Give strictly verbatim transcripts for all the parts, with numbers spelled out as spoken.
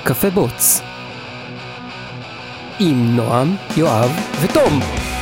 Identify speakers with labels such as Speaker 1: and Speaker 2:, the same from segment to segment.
Speaker 1: קפה בוץ עם נועם, יואב ותום.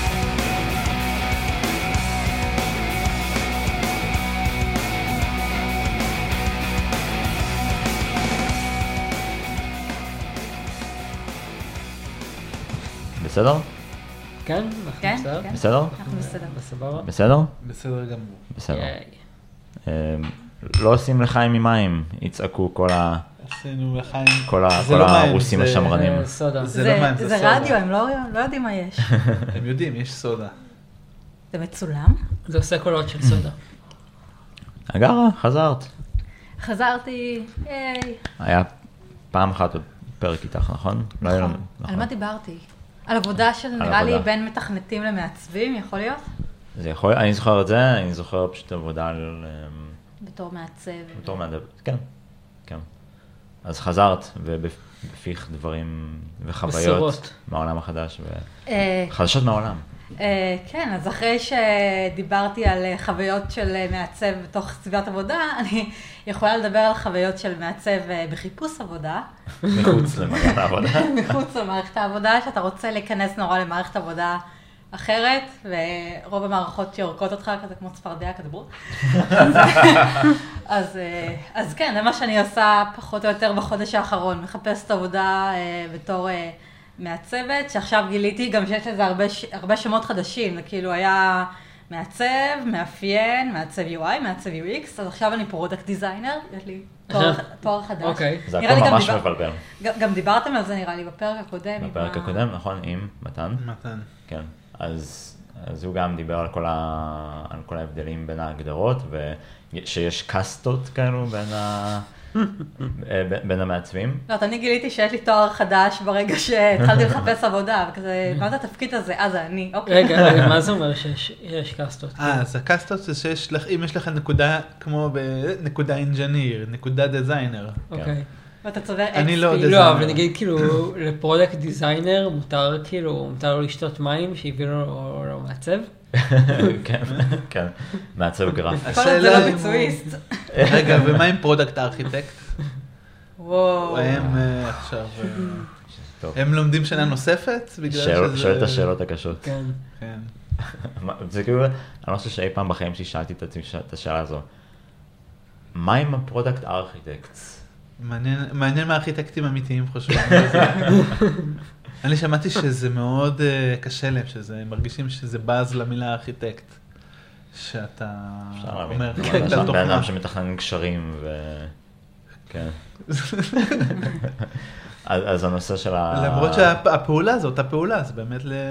Speaker 2: בסדר?
Speaker 3: כן,
Speaker 4: כן,
Speaker 3: בסדר.
Speaker 4: כן.
Speaker 2: בסדר?
Speaker 4: אנחנו בסדר.
Speaker 3: בסבבה.
Speaker 2: בסדר?
Speaker 5: בסדר גמור.
Speaker 2: בסדר.
Speaker 3: ייי.
Speaker 2: אה, לא עושים לחיים ממים, יצעקו כל ה...
Speaker 5: עשינו לחיים.
Speaker 2: כל ה-
Speaker 5: זה
Speaker 2: כל
Speaker 5: לא מים,
Speaker 2: הרוסים
Speaker 5: זה-
Speaker 2: השמרנים.
Speaker 3: זה סודה.
Speaker 5: זה
Speaker 4: זה
Speaker 5: לא מים, זה
Speaker 4: זה
Speaker 5: סודה.
Speaker 4: רדיו, הם לא לא יודעים מה יש.
Speaker 5: הם יודעים, יש סודה.
Speaker 4: זה מצולם?
Speaker 3: זה עושה קולות של סודה.
Speaker 2: אגרה, חזרת.
Speaker 4: חזרתי, היי.
Speaker 2: היה פעם אחת עוד פרק איתך, נכון? לא היה לנו-
Speaker 4: נכון. על
Speaker 2: נכון.
Speaker 4: מה דיברתי? על עבודה של
Speaker 2: על
Speaker 4: נראה לי
Speaker 2: עבודה.
Speaker 4: בין מתכנתים למעצבים, יכול להיות?
Speaker 2: זה יכול, אני זוכר את זה, אני זוכר פשוט עבודה על... אמ,
Speaker 4: בתור מעצב.
Speaker 2: בתור מהדב, כן, כן. אז חזרת, ובפיך דברים וחוויות
Speaker 3: בשורות.
Speaker 2: מהעולם החדש,
Speaker 4: אה,
Speaker 2: וחדשות מהעולם.
Speaker 4: אה, כן, אז אחרי שדיברתי על אה, חוויות של אה, מעצב בתוך סביבת עבודה, אני יכולה לדבר על חוויות של מעצב אה, בחיפוש עבודה,
Speaker 2: מחוץ למעגל העבודה.
Speaker 4: מחוץ למערכת העבודה, שאתה רוצה להיכנס נורא למערכת עבודה אחרת, ורוב המערכות שיורקות אותך כזה כמו צפרדע כדבור. אז, אה, אז כן, זה מה שאני עושה פחות או יותר בחודש האחרון, מחפשת עבודה אה, בתור אה, מעצבת, שעכשיו גיליתי גם שיש לזה הרבה, ש- הרבה שמות חדשים, זה כאילו היה מעצב, מאפיין, מעצב יו איי, מעצב יו אקס, אז עכשיו אני פרודקט דיזיינר, יש לי תואר, תואר חדש.
Speaker 3: אוקיי.
Speaker 2: זה
Speaker 4: נראה לי
Speaker 2: הכל
Speaker 4: גם
Speaker 2: ממש
Speaker 4: דיבר-
Speaker 2: מבלבל.
Speaker 4: גם, גם דיברתם על זה נראה לי בפרק הקודם. עם
Speaker 2: בפרק
Speaker 4: ה-
Speaker 2: הקודם, נכון, עם מתן.
Speaker 5: מתן.
Speaker 2: כן, אז, אז הוא גם דיבר על כל, ה, על כל ההבדלים בין ההגדרות, ושיש קאסטות כאלו בין, ה, ב- בין המעצבים.
Speaker 4: לא, אני גיליתי שיש לי תואר חדש ברגע שהתחלתי לחפש עבודה, וכזה, מה זה התפקיד הזה? אה, זה אני, אוקיי.
Speaker 3: רגע, רגע, מה זה אומר שיש יש קאסטות?
Speaker 5: אה, אז הקאסטות זה שיש לך, אם יש לך נקודה כמו בנקודה אינג'יניר, נקודה דיזיינר.
Speaker 3: אוקיי.
Speaker 4: ואתה צובר
Speaker 5: אני לא
Speaker 4: אקס פי.
Speaker 5: יודע.
Speaker 3: לא, אבל נגיד כאילו לפרודקט דיזיינר מותר כאילו, מותר לו לשתות מים שהביאו לו לו מעצב?
Speaker 2: כן, כן, מעצב גרפי.
Speaker 4: כל עוד זה לא
Speaker 5: השאלה אם הוא-
Speaker 4: ביצועיסט.
Speaker 5: רגע, ומה עם פרודקט ארכיטקט?
Speaker 4: וואו.
Speaker 5: הם אה, עכשיו, אה,
Speaker 2: טוב,
Speaker 5: הם לומדים שנה נוספת? בגלל
Speaker 2: שואל
Speaker 5: שזה...
Speaker 2: שואל את השאלות הקשות.
Speaker 3: כן.
Speaker 5: כן.
Speaker 2: מה- זה כאילו, אני לא חושב שאי פעם בחיים שלי שאלתי את עצמי את השאלה הזו. מה עם הפרודקט ארכיטקטס?
Speaker 5: מעניין, מעניין מה הארכיטקטים אמיתיים חושבים על זה. אני שמעתי שזה מאוד uh, קשה להם, שזה, הם מרגישים שזה באז למילה ארכיטקט. שאתה
Speaker 2: אפשר להבין.
Speaker 5: אומר,
Speaker 2: כן,
Speaker 5: "ארכיטקט על
Speaker 2: בן
Speaker 5: תוכנה".
Speaker 2: אדם שמתכנן קשרים ו... כן. אז אז הנושא של ה...
Speaker 5: למרות שהפעולה הזאת, הפעולה, זה באמת ל...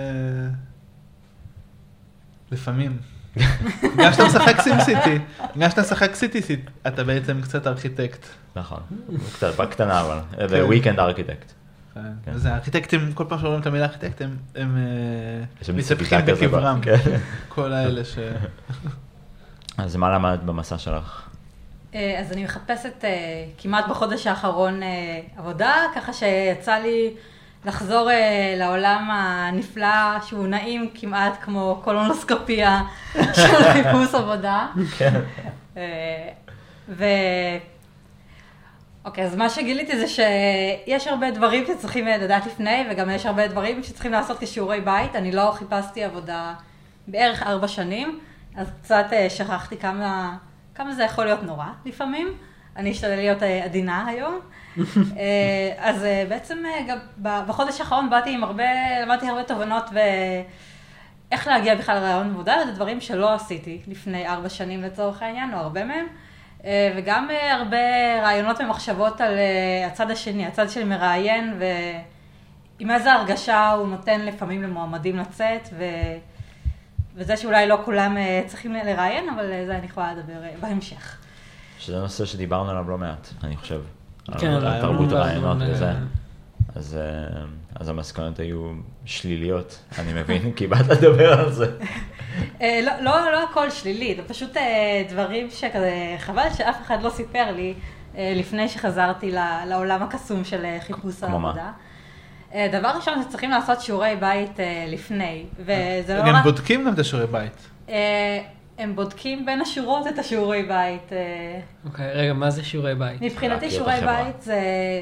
Speaker 5: לפעמים. גם שאתה משחק סימסיטי, גם שאתה משחק סיטי, אתה בעצם קצת ארכיטקט.
Speaker 2: נכון, קצת בקטנה אבל, זה weekend architect. כן.
Speaker 5: אז הארכיטקטים, כל פעם שאומרים את המילה ארכיטקט, הם- הם אה,
Speaker 2: יש שם
Speaker 5: מתהפכים
Speaker 2: צביטה כזה ב-
Speaker 5: בקברם.
Speaker 2: כן.
Speaker 5: כל האלה ש...
Speaker 2: אז מה למדת במסע שלך?
Speaker 4: אה, אז אני מחפשת אה, כמעט בחודש האחרון אה, עבודה, ככה שיצא לי לחזור אה, לעולם הנפלא, שהוא נעים כמעט כמו קולונוסקופיה של חיפוש עבודה.
Speaker 2: כן.
Speaker 4: אה, ו... אוקיי, אז מה שגיליתי זה שיש הרבה דברים שצריכים לדעת לפני, וגם יש הרבה דברים שצריכים לעשות כשיעורי בית. אני לא חיפשתי עבודה בערך ארבע שנים, אז קצת אה, שכחתי כמה, כמה זה יכול להיות נורא לפעמים. אני אשתדל להיות אה, עדינה היום. אה, אז אה, בעצם אה, גם ב- בחודש האחרון באתי עם הרבה, למדתי הרבה תובנות ואיך להגיע בכלל לרעיון עבודה, זה דברים שלא עשיתי לפני ארבע שנים לצורך העניין, או הרבה מהם. אה, וגם אה, הרבה רעיונות ומחשבות על אה, הצד השני, הצד של מראיין, ועם איזה הרגשה הוא נותן לפעמים למועמדים לצאת, ו... וזה שאולי לא כולם אה, צריכים לראיין, אבל אה, זה אני יכולה לדבר אה, בהמשך.
Speaker 2: שזה נושא שדיברנו עליו לא מעט, אני חושב.
Speaker 3: כן,
Speaker 2: על
Speaker 5: רעיון,
Speaker 2: תרבות
Speaker 3: רעיון,
Speaker 2: הרעיונות
Speaker 3: אה,
Speaker 2: וזה. אז, אה, אז המסקנות היו שליליות, אני מבין, כי באת לדבר על זה.
Speaker 4: אה, לא, לא, לא הכל שלילי, זה פשוט אה, דברים שכזה, חבל שאף אחד לא סיפר לי אה, לפני שחזרתי ל- לעולם הקסום של אה, חיפוש
Speaker 2: כמו מה?
Speaker 4: העבודה. אה, דבר ראשון, שצריכים לעשות שיעורי בית אה, לפני, וזה לא
Speaker 5: הם
Speaker 4: רק...
Speaker 5: בודקים גם את השיעורי בית.
Speaker 4: אה, הם בודקים בין השורות את השיעורי בית. אה,
Speaker 3: אוקיי, רגע, מה זה שיעורי בית?
Speaker 4: מבחינתי
Speaker 2: להכיר את
Speaker 4: שיעורי
Speaker 2: החברה.
Speaker 4: בית זה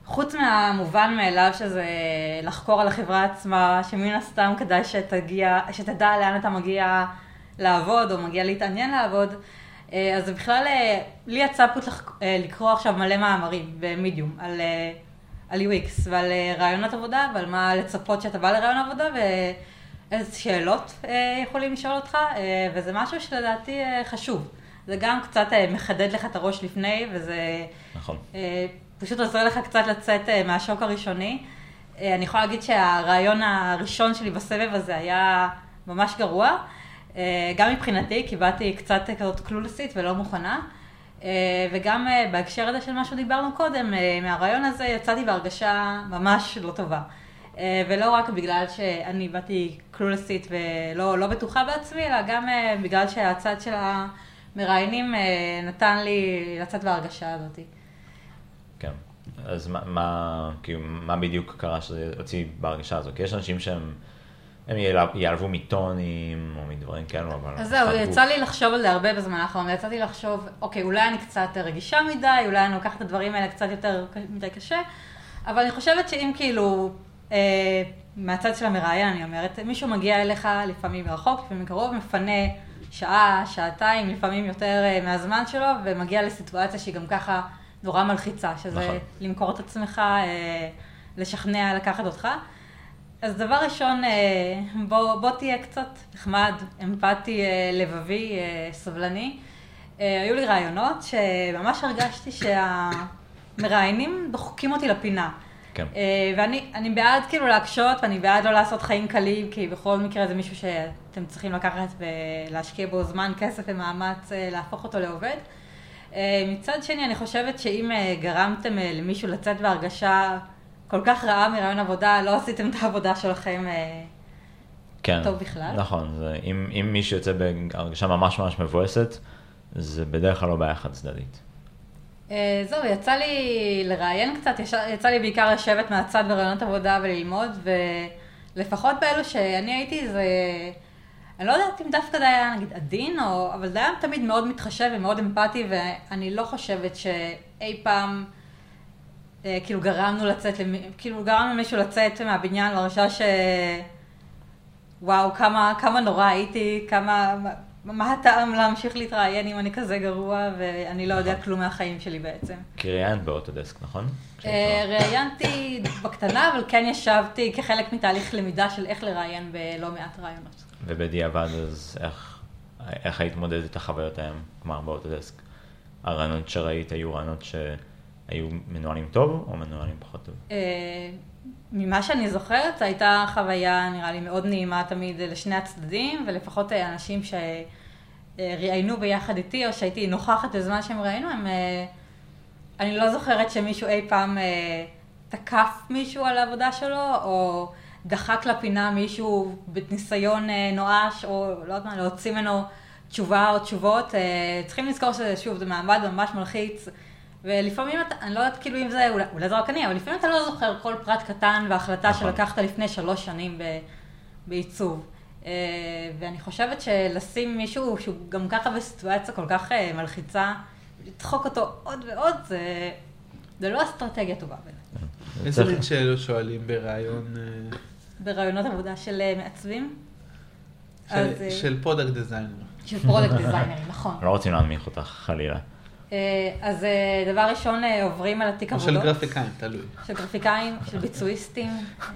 Speaker 4: חוץ מהמובן מאליו שזה לחקור על החברה עצמה, שמן הסתם כדאי שתגיע, שתדע לאן אתה מגיע לעבוד או מגיע להתעניין לעבוד, אז בכלל לי יצא פות לקרוא עכשיו מלא מאמרים במידיום על, על יו אקס ועל רעיונות עבודה ועל מה לצפות שאתה בא לרעיון עבודה ואיזה שאלות יכולים לשאול אותך, וזה משהו שלדעתי חשוב. זה גם קצת מחדד לך את הראש לפני, וזה
Speaker 2: נכון.
Speaker 4: פשוט עוזר לך קצת לצאת מהשוק הראשוני. אני יכולה להגיד שהרעיון הראשון שלי בסבב הזה היה ממש גרוע, גם מבחינתי, כי באתי קצת כזאת קלולסית ולא מוכנה, וגם בהקשר הזה של מה שדיברנו קודם, מהרעיון הזה יצאתי בהרגשה ממש לא טובה. ולא רק בגלל שאני באתי קלולסית ולא לא בטוחה בעצמי, אלא גם בגלל שהצד של המראיינים נתן לי לצאת בהרגשה הזאת.
Speaker 2: כן, אז מה, מה, כאילו, מה בדיוק קרה שזה הוציא בהרגשה הזו? כי יש אנשים שהם הם יעלבו מטונים או מדברים כאלו, אבל...
Speaker 4: אז זהו, יצא לי לחשוב על זה הרבה בזמן האחרון, יצאתי לחשוב, אוקיי, אולי אני קצת רגישה מדי, אולי אני לוקחת את הדברים האלה קצת יותר מדי קשה, אבל אני חושבת שאם כאילו, אה, מהצד של המראיין, אני אומרת, מישהו מגיע אליך לפעמים מרחוק, לפעמים קרוב, מפנה שעה, שעתיים, לפעמים יותר אה, מהזמן שלו, ומגיע לסיטואציה שהיא גם ככה נורא מלחיצה, שזה נכון. למכור את עצמך, אה, לשכנע, לקחת אותך. אז דבר ראשון, בוא, בוא תהיה קצת נחמד, אמפתי, לבבי, סבלני. היו לי רעיונות שממש הרגשתי שהמראיינים דוחקים אותי לפינה.
Speaker 2: כן.
Speaker 4: ואני אני בעד כאילו להקשות, ואני בעד לא לעשות חיים קלים, כי בכל מקרה זה מישהו שאתם צריכים לקחת ולהשקיע בו זמן, כסף ומאמץ להפוך אותו לעובד. מצד שני, אני חושבת שאם גרמתם למישהו לצאת בהרגשה כל כך רעה מרעיון עבודה, לא עשיתם את העבודה שלכם
Speaker 2: כן,
Speaker 4: טוב בכלל.
Speaker 2: נכון, זה, אם, אם מישהו יוצא בהרגשה ממש ממש מבואסת, זה בדרך כלל לא בעיה חד צדדית.
Speaker 4: זהו, יצא לי לראיין קצת, יצא לי בעיקר לשבת מהצד ברעיונות עבודה וללמוד, ולפחות באלו שאני הייתי, זה, אני לא יודעת אם דווקא זה היה נגיד עדין, או, אבל זה היה תמיד מאוד מתחשב ומאוד אמפתי, ואני לא חושבת שאי פעם כאילו גרמנו לצאת, כאילו גרמנו למישהו לצאת מהבניין להרשה ש... וואו, כמה, כמה נורא הייתי, כמה, מה הטעם להמשיך להתראיין אם אני כזה גרוע, ואני לא יודע כלום מהחיים שלי בעצם.
Speaker 2: כי ראיינת באוטודסק, נכון?
Speaker 4: ראיינתי בקטנה, אבל כן ישבתי כחלק מתהליך למידה של איך לראיין בלא מעט רעיונות.
Speaker 2: ובדיעבד, אז איך, איך היית מודדת את החוויות ההם, כלומר באוטודסק? הרעיונות שראית היו רעיונות ש... היו מנוהלים טוב או מנוהלים פחות טוב?
Speaker 4: ממה שאני זוכרת, הייתה חוויה נראה לי מאוד נעימה תמיד לשני הצדדים, ולפחות אנשים שראיינו ביחד איתי, או שהייתי נוכחת בזמן שהם ראיינו, הם, אני לא זוכרת שמישהו אי פעם תקף מישהו על העבודה שלו, או דחק לפינה מישהו בניסיון נואש, או לא יודעת מה, להוציא ממנו תשובה או תשובות. צריכים לזכור שזה שוב, זה מעמד ממש מלחיץ, ולפעמים אתה, אני לא יודעת כאילו אם זה, אולי, אולי זה רק אני, אבל לפעמים אתה לא זוכר כל פרט קטן והחלטה נכון. שלקחת לפני שלוש שנים ב, בעיצוב. ואני חושבת שלשים מישהו שהוא גם ככה בסיטואציה כל כך מלחיצה, לדחוק אותו עוד ועוד, זה, זה לא אסטרטגיה טובה בעיניי.
Speaker 5: איזה מין שאלות שואלים ברעיון?
Speaker 4: ברעיונות עבודה של מעצבים?
Speaker 5: של, אז, של פרודקט דיזיינר.
Speaker 4: של פרודקט דיזיינר, נכון.
Speaker 2: לא רוצים להנמיך אותך, חלילה.
Speaker 4: אז דבר ראשון עוברים על התיק עבודות.
Speaker 5: או של גרפיקאים, תלוי.
Speaker 4: של גרפיקאים, של ביצועיסטים.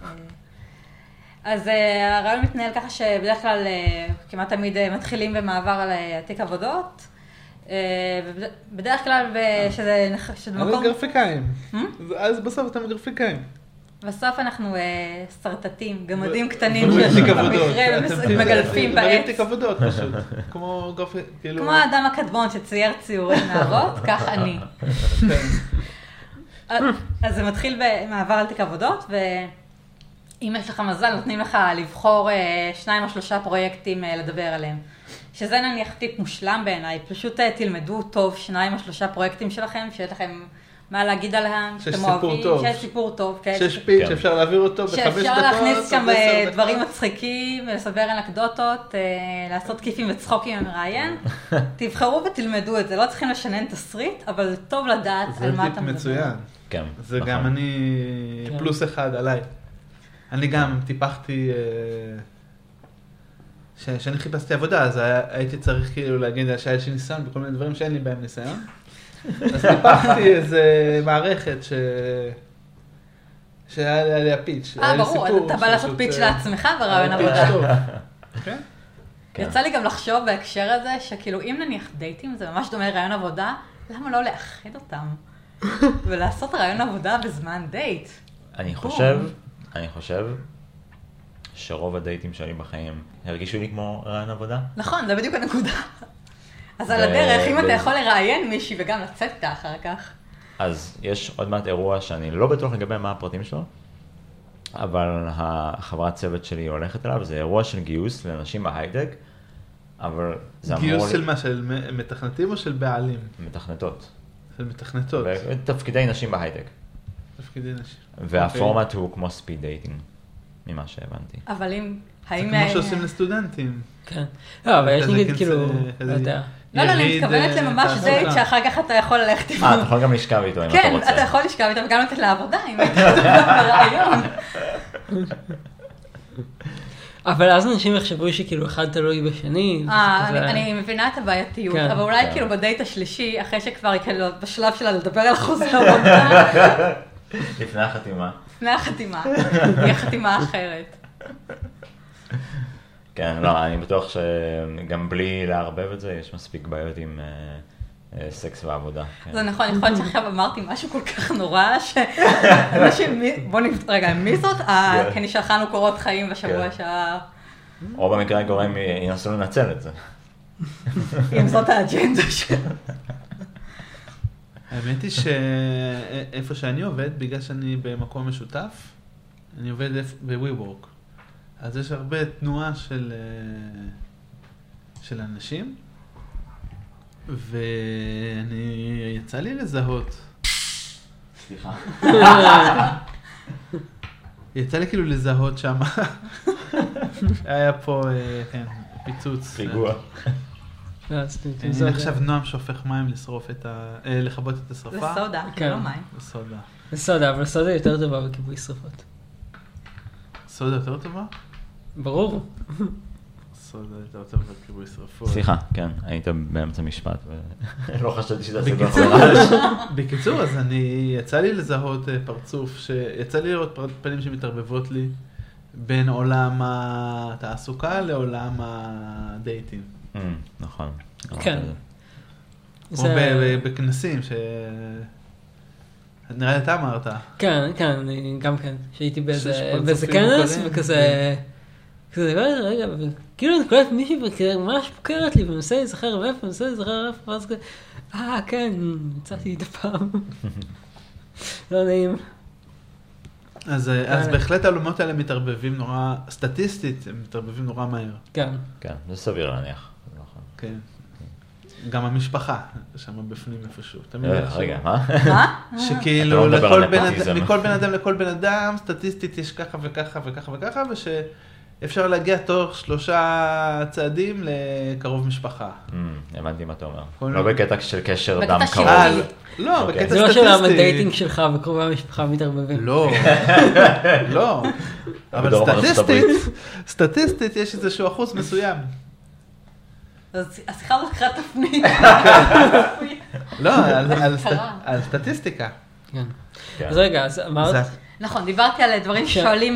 Speaker 4: אז הרעיון מתנהל ככה שבדרך כלל כמעט תמיד מתחילים במעבר על התיק עבודות. בדרך כלל שזה מקום...
Speaker 5: אבל גרפיקאים. אז בסוף אתם גרפיקאים.
Speaker 4: בסוף אנחנו סרטטים, גמדים קטנים
Speaker 5: מגלפים בעץ. תיק עבודות פשוט, כמו גרפיק, כאילו...
Speaker 4: כמו האדם הקדמון שצייר ציורי נערות, כך אני. אז זה מתחיל במעבר על תיק עבודות, ואם יש לך מזל, נותנים לך לבחור שניים או שלושה פרויקטים לדבר עליהם. שזה נניח טיפ מושלם בעיניי, פשוט תלמדו טוב שניים או שלושה פרויקטים שלכם, שיש לכם מה להגיד עליהם,
Speaker 5: שיש
Speaker 4: שאתם
Speaker 5: סיפור
Speaker 4: אוהבים,
Speaker 5: טוב.
Speaker 4: שיש סיפור טוב, כן.
Speaker 5: שיש פיץ'
Speaker 2: כן.
Speaker 5: אפשר להעביר אותו בחמש דקות.
Speaker 4: שאפשר להכניס שם
Speaker 5: בעשר דקות.
Speaker 4: דברים מצחיקים, לסבר אנקדוטות, אה, לעשות כיפים וצחוקים עם מראיין. תבחרו ותלמדו את זה, לא צריכים לשנן תסריט, אבל טוב לדעת על מה
Speaker 5: זה
Speaker 4: אתה
Speaker 5: טיפ
Speaker 4: מדבר.
Speaker 5: מצוין.
Speaker 2: כן,
Speaker 5: זה
Speaker 2: נכון.
Speaker 5: גם אני
Speaker 3: כן.
Speaker 5: פלוס אחד עליי. אני גם טיפחתי, אה, ש- כשאני חיפשתי עבודה, אז היה- הייתי צריך כאילו להגיד שהיה לי ניסיון בכל מיני דברים שאין לי בהם ניסיון. אז טיפחתי איזה מערכת ש... שהיה לי הפיץ'. היה
Speaker 4: אה,
Speaker 5: לי
Speaker 4: ברור, אז
Speaker 5: סיפור
Speaker 4: אתה בא לעשות
Speaker 5: שפשוט,
Speaker 4: פיץ'
Speaker 5: אה,
Speaker 4: לעצמך ברעיון
Speaker 5: היה פיץ'
Speaker 4: עבודה.
Speaker 5: טוב. כן?
Speaker 2: כן.
Speaker 4: יצא לי גם לחשוב בהקשר הזה, שכאילו אם נניח דייטים זה ממש דומה לרעיון עבודה, למה לא לאחד אותם? ולעשות רעיון עבודה בזמן דייט?
Speaker 2: אני חושב, אני חושב שרוב הדייטים שלי בחיים הרגישו לי כמו רעיון עבודה.
Speaker 4: נכון, זה בדיוק הנקודה. אז
Speaker 2: ו-
Speaker 4: על הדרך, אם
Speaker 2: ו-
Speaker 4: אתה יכול לראיין מישהי וגם לצאת איתה אחר כך.
Speaker 2: אז יש עוד מעט אירוע שאני לא בטוח לגבי מה הפרטים שלו, אבל החברת צוות שלי הולכת אליו, זה אירוע של גיוס לאנשים בהייטק, אבל זה אמור...
Speaker 5: גיוס של
Speaker 2: לי-
Speaker 5: מה? של מ- מתכנתים או של בעלים?
Speaker 2: מתכנתות.
Speaker 5: של מתכנתות.
Speaker 2: ותפקידי נשים בהייטק.
Speaker 5: תפקידי נשים.
Speaker 2: והפורמט הוא כמו ספיד דייטינג, ממה שהבנתי.
Speaker 4: אבל אם,
Speaker 5: זה
Speaker 4: האם...
Speaker 5: כמו שעושים לסטודנטים.
Speaker 3: כן. לא, אבל יש
Speaker 5: כזה
Speaker 3: נגיד
Speaker 5: כנס-
Speaker 3: כאילו,
Speaker 5: כזה-
Speaker 3: לא יודע.
Speaker 4: לא, לא, אני
Speaker 5: יריד,
Speaker 4: מתכוונת
Speaker 5: אה,
Speaker 4: לממש
Speaker 5: תעסוקה.
Speaker 4: דייט שאחר כך אתה יכול ללכת עם...
Speaker 2: אה, אתה יכול גם לשכב איתו אם אתה
Speaker 4: כן,
Speaker 2: רוצה.
Speaker 4: אתה יכול לשכב איתה וגם לתת לעבודה, אם היית ברעיון.
Speaker 3: אבל אז אנשים יחשבו שכאילו אחד תלוי בשני.
Speaker 4: אה,
Speaker 3: וזה-
Speaker 4: אני- אני מבינה את הבעייתיות,
Speaker 3: כן.
Speaker 4: אבל אולי
Speaker 2: כן.
Speaker 4: כאילו בדייט השלישי, אחרי שכבר היא כאילו בשלב שלה לדבר על אחוז העבודה,
Speaker 2: לפני החתימה.
Speaker 4: לפני החתימה, היא החתימה אחרת.
Speaker 2: כן, לא, אני בטוח שגם בלי לערבב את זה, יש מספיק בעיות עם אה, אה, סקס ועבודה. כן.
Speaker 4: זה נכון, יכול להיות שעכשיו אמרתי משהו כל כך נורא, שאנשים, מי- בוא נפתח, רגע, מי זאת? אה,
Speaker 2: כן.
Speaker 4: כי נשלחנו קורות חיים בשבוע
Speaker 2: כן.
Speaker 4: שעבר,
Speaker 2: או במקרה הגורם ינסו לנצל את זה.
Speaker 4: אם זאת האג'נדה שלה.
Speaker 5: האמת היא שאיפה שאני עובד, בגלל שאני במקום משותף, אני עובד ב-WeWork. אז יש הרבה תנועה של, אה, של אנשים, ואני, יצא לי לזהות.
Speaker 2: סליחה.
Speaker 5: יצא לי כאילו לזהות שם. היה פה, אה, כן, פיצוץ.
Speaker 2: פיגוע.
Speaker 3: לא, אז ת-
Speaker 5: אני
Speaker 3: תמזוג.
Speaker 5: עכשיו נועם שופך מים לשרוף את ה... אה, לכבות את
Speaker 4: זה
Speaker 5: השרפה.
Speaker 4: סודה,
Speaker 3: כן.
Speaker 4: לא מים.
Speaker 5: זה סודה.
Speaker 3: זה סודה, אבל סודה יותר טובה בכיבוי שרפות.
Speaker 5: סודה יותר טובה?
Speaker 3: ברור.
Speaker 5: סודה יותר טובה בכיבוי שרפות.
Speaker 2: סליחה, כן, היית באמצע משפט, ולא חשבתי שתעשה את
Speaker 5: בקיצור,
Speaker 2: זה.
Speaker 5: בקיצור, אז אני, יצא לי לזהות אה, פרצוף, ש... יצא לי לראות פר- פנים שמתערבבות לי בין עולם התעסוקה לעולם הדייטים.
Speaker 2: Mm, נכון.
Speaker 3: כן.
Speaker 5: כמו
Speaker 3: זה-
Speaker 5: ב- ב- בכנסים, ש... נראה לי אתה אמרת.
Speaker 3: כן, כן, אני גם כן, שהייתי באיזה
Speaker 5: שיש פרצופים
Speaker 3: באיזה כנס,
Speaker 5: מוכרים.
Speaker 3: וכזה, כזה, רגע, רגע, וכאילו אני קולט מישהי וכזה ממש מוכרת לי, ומנסה להיזכר ואיפה, מנסה להיזכר איפה, ואז כזה, אה, כן, מצאתי את הפעם. לא נעים.
Speaker 5: אז, אה, אז
Speaker 3: כן.
Speaker 5: בהחלט העולמות האלה מתערבבים נורא, סטטיסטית, הם מתערבבים נורא מהר.
Speaker 3: כן.
Speaker 2: כן, זה סביר להניח. נכון.
Speaker 5: כן. גם המשפחה, שם בפנים איפשהו. תמיד
Speaker 2: אה,
Speaker 5: איכשהו.
Speaker 2: רגע, מה?
Speaker 4: מה?
Speaker 5: שכאילו
Speaker 2: אתה לא מדבר
Speaker 5: לכל
Speaker 2: על
Speaker 5: בן
Speaker 2: נפוטיזם.
Speaker 5: אדם, מכל בן אדם לכל בן אדם, סטטיסטית יש ככה וככה וככה וככה, ושאפשר להגיע תוך שלושה צעדים לקרוב משפחה.
Speaker 2: Mm, הבנתי מה אתה אומר.
Speaker 5: כל-
Speaker 2: לא בקטע של קשר
Speaker 4: בקטע
Speaker 2: דם
Speaker 4: שיווי.
Speaker 2: קרוב.
Speaker 5: אה, לא,
Speaker 2: אוקיי.
Speaker 5: בקטע
Speaker 3: זה לא שלמה
Speaker 5: סטטיסטי.
Speaker 3: דייטינג שלך וקרובי המשפחה מתערבבים.
Speaker 5: לא, לא, אבל
Speaker 2: בדרום ארצות
Speaker 5: סטטיסטית,
Speaker 2: הברית.
Speaker 5: סטטיסטית יש איזשהו אחוז מסוים.
Speaker 4: אז השיחה הזאת לקראת תפנית.
Speaker 5: לא, על- על סט-
Speaker 4: קרה.
Speaker 5: על סטטיסטיקה.
Speaker 3: כן.
Speaker 2: כן.
Speaker 3: אז רגע, אז אמרת,
Speaker 5: זה-
Speaker 4: נכון, דיברתי על דברים
Speaker 3: ש-
Speaker 4: ששואלים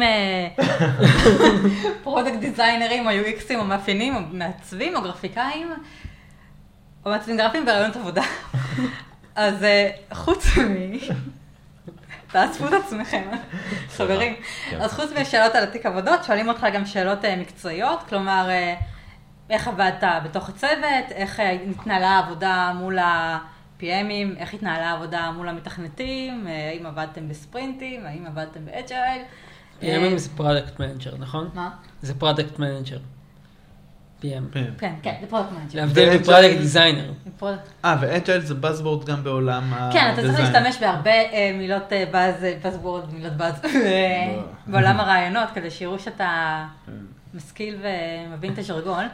Speaker 4: פרודקט דיזיינרים או יו אקסים או מאפיינים או מעצבים או גרפיקאים או מעצבים גרפיים ברעיונות עבודה. אז אה, חוץ מ... תאספו את עצמכם, חברים.
Speaker 2: כן.
Speaker 4: אז חוץ משאלות על התיק עבודות, שואלים אותך גם שאלות אה, מקצועיות, כלומר, אה, איך עבדת בתוך הצוות, איך אה, התנהלה העבודה מול ה-פי אמים, איך התנהלה העבודה מול המתכנתים, אה, האם עבדתם בספרינטים, האם עבדתם באג'ייל.
Speaker 3: פי אמים זה פרודקט מנג'ר, נכון?
Speaker 4: מה?
Speaker 3: זה פרודקט מנג'ר. פי אם.
Speaker 4: כן, כן, זה פרודקט מנג'ר.
Speaker 3: להבדיל מפרודקט דיזיינר.
Speaker 5: אה, ואג'ייל זה buzzword גם בעולם הדיזיין.
Speaker 4: כן, אתה צריך להשתמש בהרבה מילות buzzword, מילות buzz, בעולם הרעיונות, כדי שיראו שאתה משכיל ומבין את הז'רגון.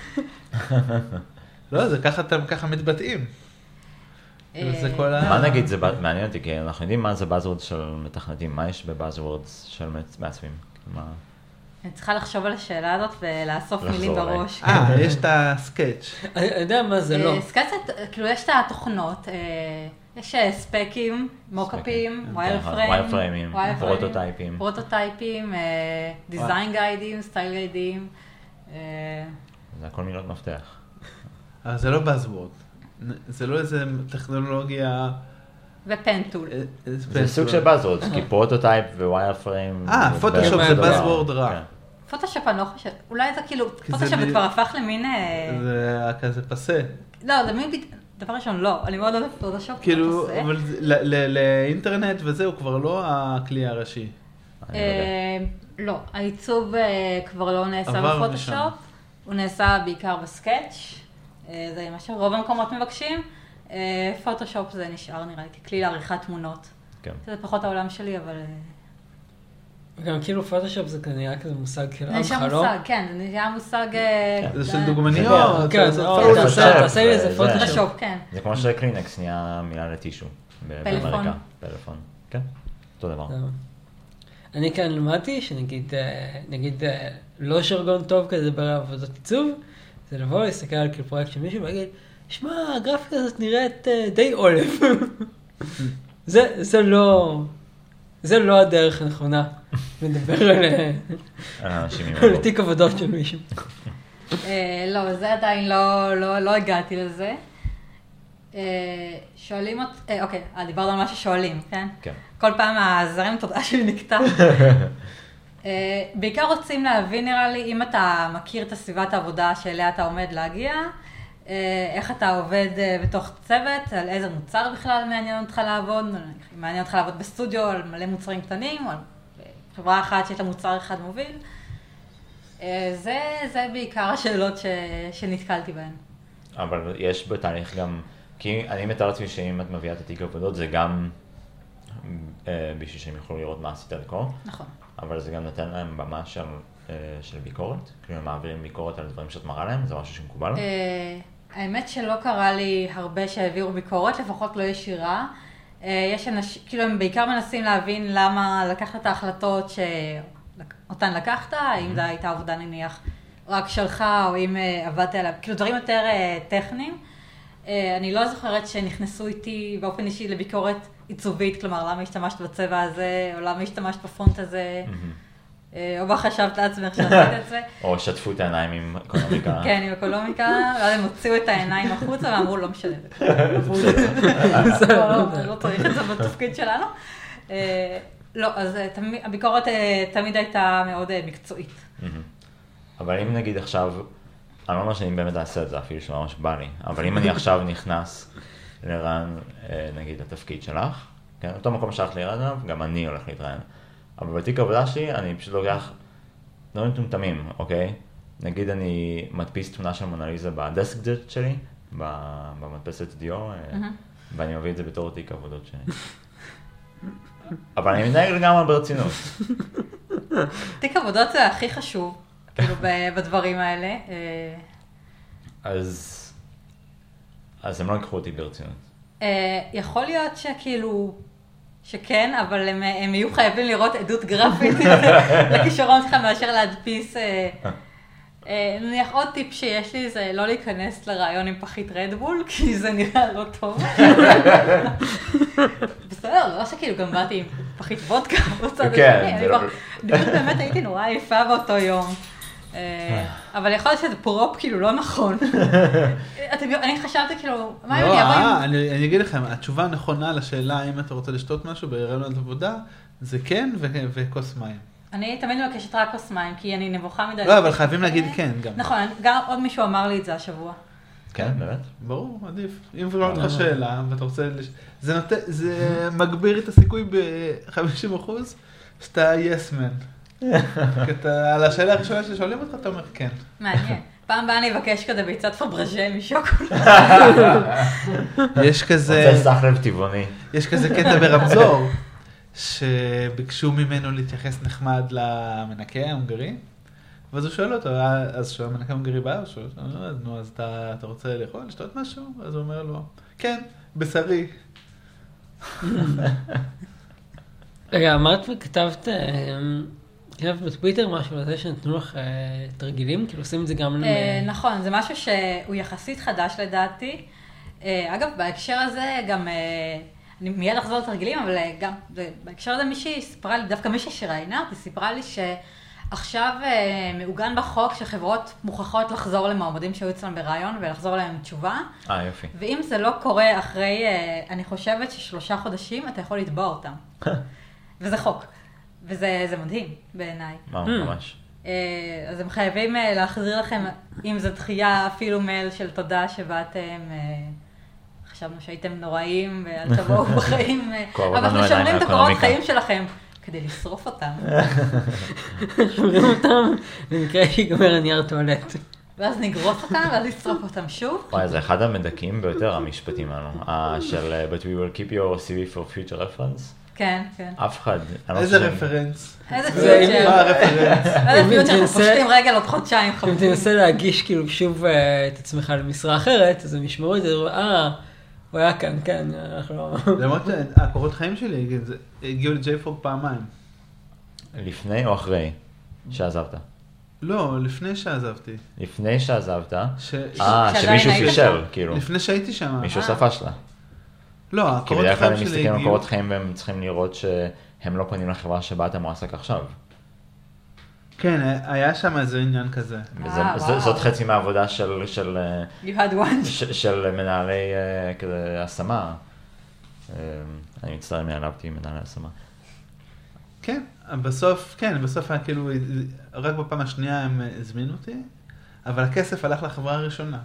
Speaker 5: לא, זה ככה אתם ככה מתבטאים. זה כל ה...
Speaker 2: מה נגיד, זה מעניין אותי, כי אנחנו יודעים מה זה buzzwords של מתכנתים, מה יש ב-buzzwords של מעצבים?
Speaker 4: אני צריכה לחשוב על השאלה הזאת ולאסוף מילים בראש.
Speaker 5: אה, יש את הסקאץ'.
Speaker 3: אני יודע מה זה לא.
Speaker 4: סקאץ', כאילו יש את התוכנות, יש ספקים, מוקאפים, ווייר פריימים,
Speaker 2: פרוטוטייפים,
Speaker 4: פרוטוטייפים, דיזיין גיידים, סטייל גיידים.
Speaker 2: זה הכל מילות מפתח.
Speaker 5: אבל זה לא buzzword. זה לא איזה טכנולוגיה...
Speaker 4: ופנטול.
Speaker 2: זה סוג של buzzwords, כי פרוטוטייפ ווייר פריים...
Speaker 5: אה, פוטושופ זה buzzword רע.
Speaker 4: פוטושופ אני לא חושבת, אולי זה כאילו, פוטושופ זה כבר הפך למין...
Speaker 5: זה כזה פסה.
Speaker 4: לא, זה מין... דבר ראשון, לא, אני מאוד אוהבת פוטושופ.
Speaker 5: כאילו, אבל לאינטרנט וזהו, כבר לא הכלי הראשי.
Speaker 4: לא, העיצוב כבר לא נעשה בפוטושופ, הוא נעשה בעיקר בסקאץ'. זה מה שרוב המקומות מבקשים. פוטושופ זה נשאר נראה לי ככלי לעריכת תמונות. זה פחות העולם שלי, אבל...
Speaker 3: גם כאילו פוטושופ זה נראה כזה מושג כאילו
Speaker 4: זה נשאר מושג, כן, זה נשאר מושג...
Speaker 5: זה של דוגמניות.
Speaker 3: כן, תעשה לי איזה פוטושופ.
Speaker 4: כן.
Speaker 2: זה כמו שקלינקס נהיה מילה לטישו.
Speaker 4: פלאפון.
Speaker 2: פלאפון, כן, אותו דבר.
Speaker 3: אני כאן למדתי שנגיד, נגיד, לא שרגון טוב כזה לדבר על עבודות עיצוב, זה לבוא להסתכל על כאילו פרויקט של מישהו ולהגיד, שמע, הגרפיקה הזאת נראית די עולף. זה לא, זה לא הדרך הנכונה לדבר על תיק עבודות של מישהו.
Speaker 4: לא, זה עדיין לא הגעתי לזה. שואלים אותי, אוקיי, דיברנו על מה ששואלים, כן?
Speaker 2: כן.
Speaker 4: כל פעם הזרם תודעה שלי נקטע. בעיקר רוצים להבין, נראה לי, אם אתה מכיר את הסביבת העבודה שאליה אתה עומד להגיע, איך אתה עובד בתוך צוות, על איזה מוצר בכלל מעניין אותך לעבוד, מעניין אותך לעבוד בסטודיו על מלא מוצרים קטנים, או על חברה אחת שיש לה מוצר אחד מוביל. זה, זה בעיקר השאלות ש, שנתקלתי בהן.
Speaker 2: אבל יש בתהליך גם, כי אני מתאר לעצמי שאם את מביאה את התיק עבודות, זה גם בשביל שהם יוכלו לראות מה עשית עד כה.
Speaker 4: נכון.
Speaker 2: אבל זה גם נותן להם במה של, של ביקורת? כאילו הם מעבירים ביקורת על דברים שאת מראה להם? זה משהו שמקובל?
Speaker 4: האמת שלא קרה לי הרבה שהעבירו ביקורת, לפחות לא ישירה. יש אנשים, כאילו הם בעיקר מנסים להבין למה לקחת את ההחלטות שאותן לקחת, אם זו הייתה עבודה נניח רק שלך, או אם עבדת עליו, כאילו דברים יותר טכניים. אני לא זוכרת שנכנסו איתי באופן אישי לביקורת עיצובית, כלומר, למה השתמשת בצבע הזה, או למה השתמשת בפונט הזה, או מה חשבת לעצמך שעשית את זה.
Speaker 2: או שטפו את העיניים עם אקונומיקה.
Speaker 4: כן, עם אקונומיקה, ואז הם הוציאו את העיניים החוצה ואמרו, לא משנה. לא צריך את זה בתפקיד שלנו. לא, אז הביקורת תמיד הייתה מאוד מקצועית.
Speaker 2: אבל אם נגיד עכשיו, אני לא אומר שאני באמת אעשה את זה, אפילו שממש בא לי, אבל אם אני עכשיו נכנס לרעיון, נגיד, התפקיד שלך, כן? אותו מקום שלך להירעיון עליו, גם אני הולך להתראיין. אבל בתיק העבודה שלי, אני פשוט לוקח דברים מטומטמים, אוקיי? נגיד אני מדפיס תמונה של מונליזה בדסק ג'ט שלי, במדפסת דיו, ואני מביא את זה בתור תיק העבודות שלי. אבל אני מתנהג לגמרי ברצינות.
Speaker 4: תיק עבודות זה הכי חשוב, כאילו, בדברים האלה.
Speaker 2: אז... אז הם לא יקחו אותי ברצינות.
Speaker 4: יכול להיות שכאילו, שכן, אבל הם, הם יהיו חייבים לראות עדות גרפית לכישרון שלך מאשר להדפיס. נניח עוד טיפ שיש לי זה לא להיכנס לרעיון עם פחית רדבול, כי זה נראה לא טוב. בסדר, לא שכאילו גם באתי עם פחית וודקה בצד השני. אני באמת הייתי נורא עייפה באותו יום. אבל יכול להיות שזה פרופ כאילו לא נכון. אני חשבתי כאילו, מה אם אני אבוא עם...
Speaker 5: אני אגיד לכם, התשובה הנכונה לשאלה אם אתה רוצה לשתות משהו בהיריון עבודה, זה כן וכוס מים.
Speaker 4: אני תמיד מבקשת רק כוס מים, כי אני נבוכה מדי.
Speaker 5: לא, אבל חייבים להגיד כן גם.
Speaker 4: נכון, גם עוד מישהו אמר לי את זה השבוע.
Speaker 2: כן, באמת?
Speaker 5: ברור, עדיף. אם כבר אותך שאלה, ואתה רוצה... זה מגביר את הסיכוי ב-חמישים אחוז, שאתה yes man. על השאלה הראשונה ששואלים אותך, אתה אומר כן.
Speaker 4: מעניין. פעם באה אני אבקש כזה ביצת פברז'ה משוקולד.
Speaker 5: יש כזה,
Speaker 2: רוצה סחלב טבעוני.
Speaker 5: יש כזה קטע ברמזור, שביקשו ממנו להתייחס נחמד למנקה ההונגרי, ואז הוא שואל אותו, אז שהמנקה ההונגרי בא, הוא שואל אותו, נו, אז אתה, אתה רוצה לאכול, לשתות משהו? אז הוא אומר לו, כן, בשרי.
Speaker 3: רגע, אמרת וכתבת, כתבת בטוויטר משהו על זה שנתנו לך תרגילים, כאילו עושים את זה גם...
Speaker 4: נכון, זה משהו שהוא יחסית חדש לדעתי. אגב, בהקשר הזה גם, אני מיד אחזור לתרגילים, אבל גם בהקשר הזה מישהי סיפרה לי, דווקא מישהי שראיינה אותי, סיפרה לי שעכשיו מעוגן בחוק שחברות מוכרחות לחזור למועמדים שהיו אצלם ברעיון ולחזור להם תשובה.
Speaker 2: אה, יופי.
Speaker 4: ואם זה לא קורה אחרי, אני חושבת ששלושה חודשים, אתה יכול לתבוע אותם. וזה חוק. וזה זה מדהים בעיניי.
Speaker 2: מה, ממש.
Speaker 4: אז הם חייבים להחזיר לכם, אם זו דחייה, אפילו מייל של תודה שבאתם, חשבנו שהייתם נוראים ואל תבואו בחיים, אבל אנחנו שומרים את הקורות חיים שלכם כדי לשרוף אותם.
Speaker 3: שומרים אותם, במקרה שיגמר הנייר טואלט.
Speaker 4: ואז נגרוס אותם, ואז לשרוף אותם שוב.
Speaker 2: וואי, זה אחד המדכאים ביותר, המשפטים האלו. של But we will keep your סי וי for future reference.
Speaker 4: כן, כן.
Speaker 2: אף אחד.
Speaker 5: איזה רפרנס?
Speaker 4: איזה פיוטר.
Speaker 5: מה הרפרנס?
Speaker 4: איזה פיוטר, אנחנו פושטים רגל עוד חודשיים חברים.
Speaker 3: אם תנסה להגיש כאילו שוב את עצמך למשרה אחרת, אז הם ישמעו את זה, אה, הוא היה כאן, כן, אנחנו לא...
Speaker 5: למרות שהקורות חיים שלי הגיעו לג'ייפרוג פעמיים.
Speaker 2: לפני או אחרי שעזבת?
Speaker 5: לא, לפני שעזבתי.
Speaker 2: לפני שעזבת? אה,
Speaker 4: שעדיין
Speaker 2: שמישהו
Speaker 4: היית
Speaker 2: פישר, כאילו.
Speaker 5: לפני שהייתי שם.
Speaker 2: מישהו ספש לה.
Speaker 5: לא,
Speaker 2: כי
Speaker 5: הקורות
Speaker 2: בדרך כלל
Speaker 5: חיים
Speaker 2: הם
Speaker 5: שלי
Speaker 2: מסתכלים על
Speaker 5: הגיעו...
Speaker 2: קורות חיים והם צריכים לראות שהם לא פונים לחברה שבה אתה מועסק עכשיו.
Speaker 5: כן, היה שם איזה עניין כזה.
Speaker 2: וזה-
Speaker 4: אה,
Speaker 2: ז-
Speaker 4: וואו.
Speaker 2: זאת חצי מהעבודה של- של אה,
Speaker 4: You had one.
Speaker 2: ש- של מנהלי אה, כזה השמה. אה, אני מצטער אם העלבתי מנהלי השמה.
Speaker 5: כן, בסוף, כן, בסוף היה כאילו, רק בפעם השנייה הם הזמינו אותי, אבל הכסף הלך לחברה הראשונה.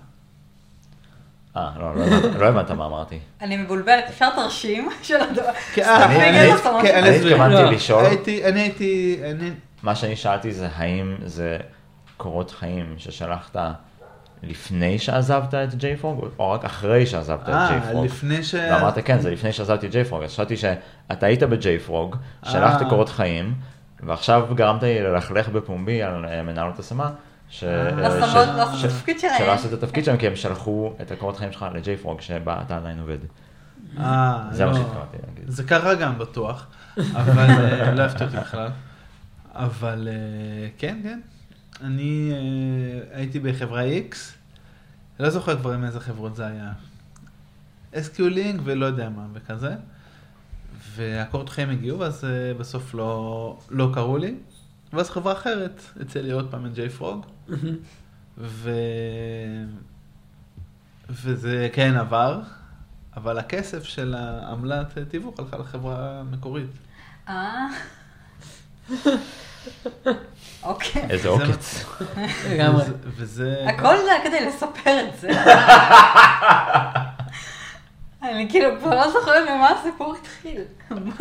Speaker 2: אה, לא, לא הבנת- לא הבנת מה אמרתי.
Speaker 4: אני מבולבלת, אפשר תרשים של הדבר.
Speaker 5: כן, אה,
Speaker 2: אני-
Speaker 5: אני-
Speaker 2: אני-
Speaker 5: כן,
Speaker 2: אני
Speaker 5: אני אסביר.
Speaker 2: התכוונתי
Speaker 3: לא.
Speaker 2: לשאול,
Speaker 5: הייתי, אני הייתי, אני...
Speaker 2: מה שאני שאלתי זה האם זה קורות חיים ששלחת לפני שעזבת את ג'ייפרוג, או רק אחרי שעזבת את
Speaker 5: אה,
Speaker 2: ג'ייפרוג?
Speaker 5: לפני ש...
Speaker 2: ואמרת כן, זה לפני שעזבתי את ג'ייפרוג, אז חשבתי שאתה היית בג'ייפרוג, שלחת
Speaker 5: אה.
Speaker 2: קורות חיים, ועכשיו גרמת לי ללכלך בפומבי על אה, מנהלות השמה, ש-
Speaker 4: השמות
Speaker 2: ש-
Speaker 4: לא עשו
Speaker 2: ש-
Speaker 4: את התפקיד
Speaker 2: שלא
Speaker 4: שלהם.
Speaker 2: עשו את התפקיד שלהם, כי הם שלחו את הקורות חיים שלך לג'ייפרוג, שבה אתה עדיין עובד.
Speaker 5: אה,
Speaker 2: זה מה
Speaker 5: לא.
Speaker 2: שהתכוונתי להגיד.
Speaker 5: זה קרה גם בטוח, אבל אה, לא הפתיע אותי בכלל. אבל אה, כן, כן. אני אה, הייתי בחברה X, לא זוכר כבר עם איזה חברות זה היה. אס קיו לינק ולא יודע מה, וכזה. והקורות חיים הגיעו, אז אה, בסוף לא, לא קראו לי. ואז חברה אחרת, יצא לי עוד פעם את ג'ייפרוג. ו... וזה כן עבר, אבל הכסף של העמלת תיווך הלכה לחברה המקורית.
Speaker 4: אה. אוקיי.
Speaker 2: איזה עוקץ.
Speaker 3: לגמרי.
Speaker 5: וזה- וזה...
Speaker 4: הכל זה היה כדי לספר את זה. אני כאילו כבר לא זוכרת ממה הסיפור התחיל. מה?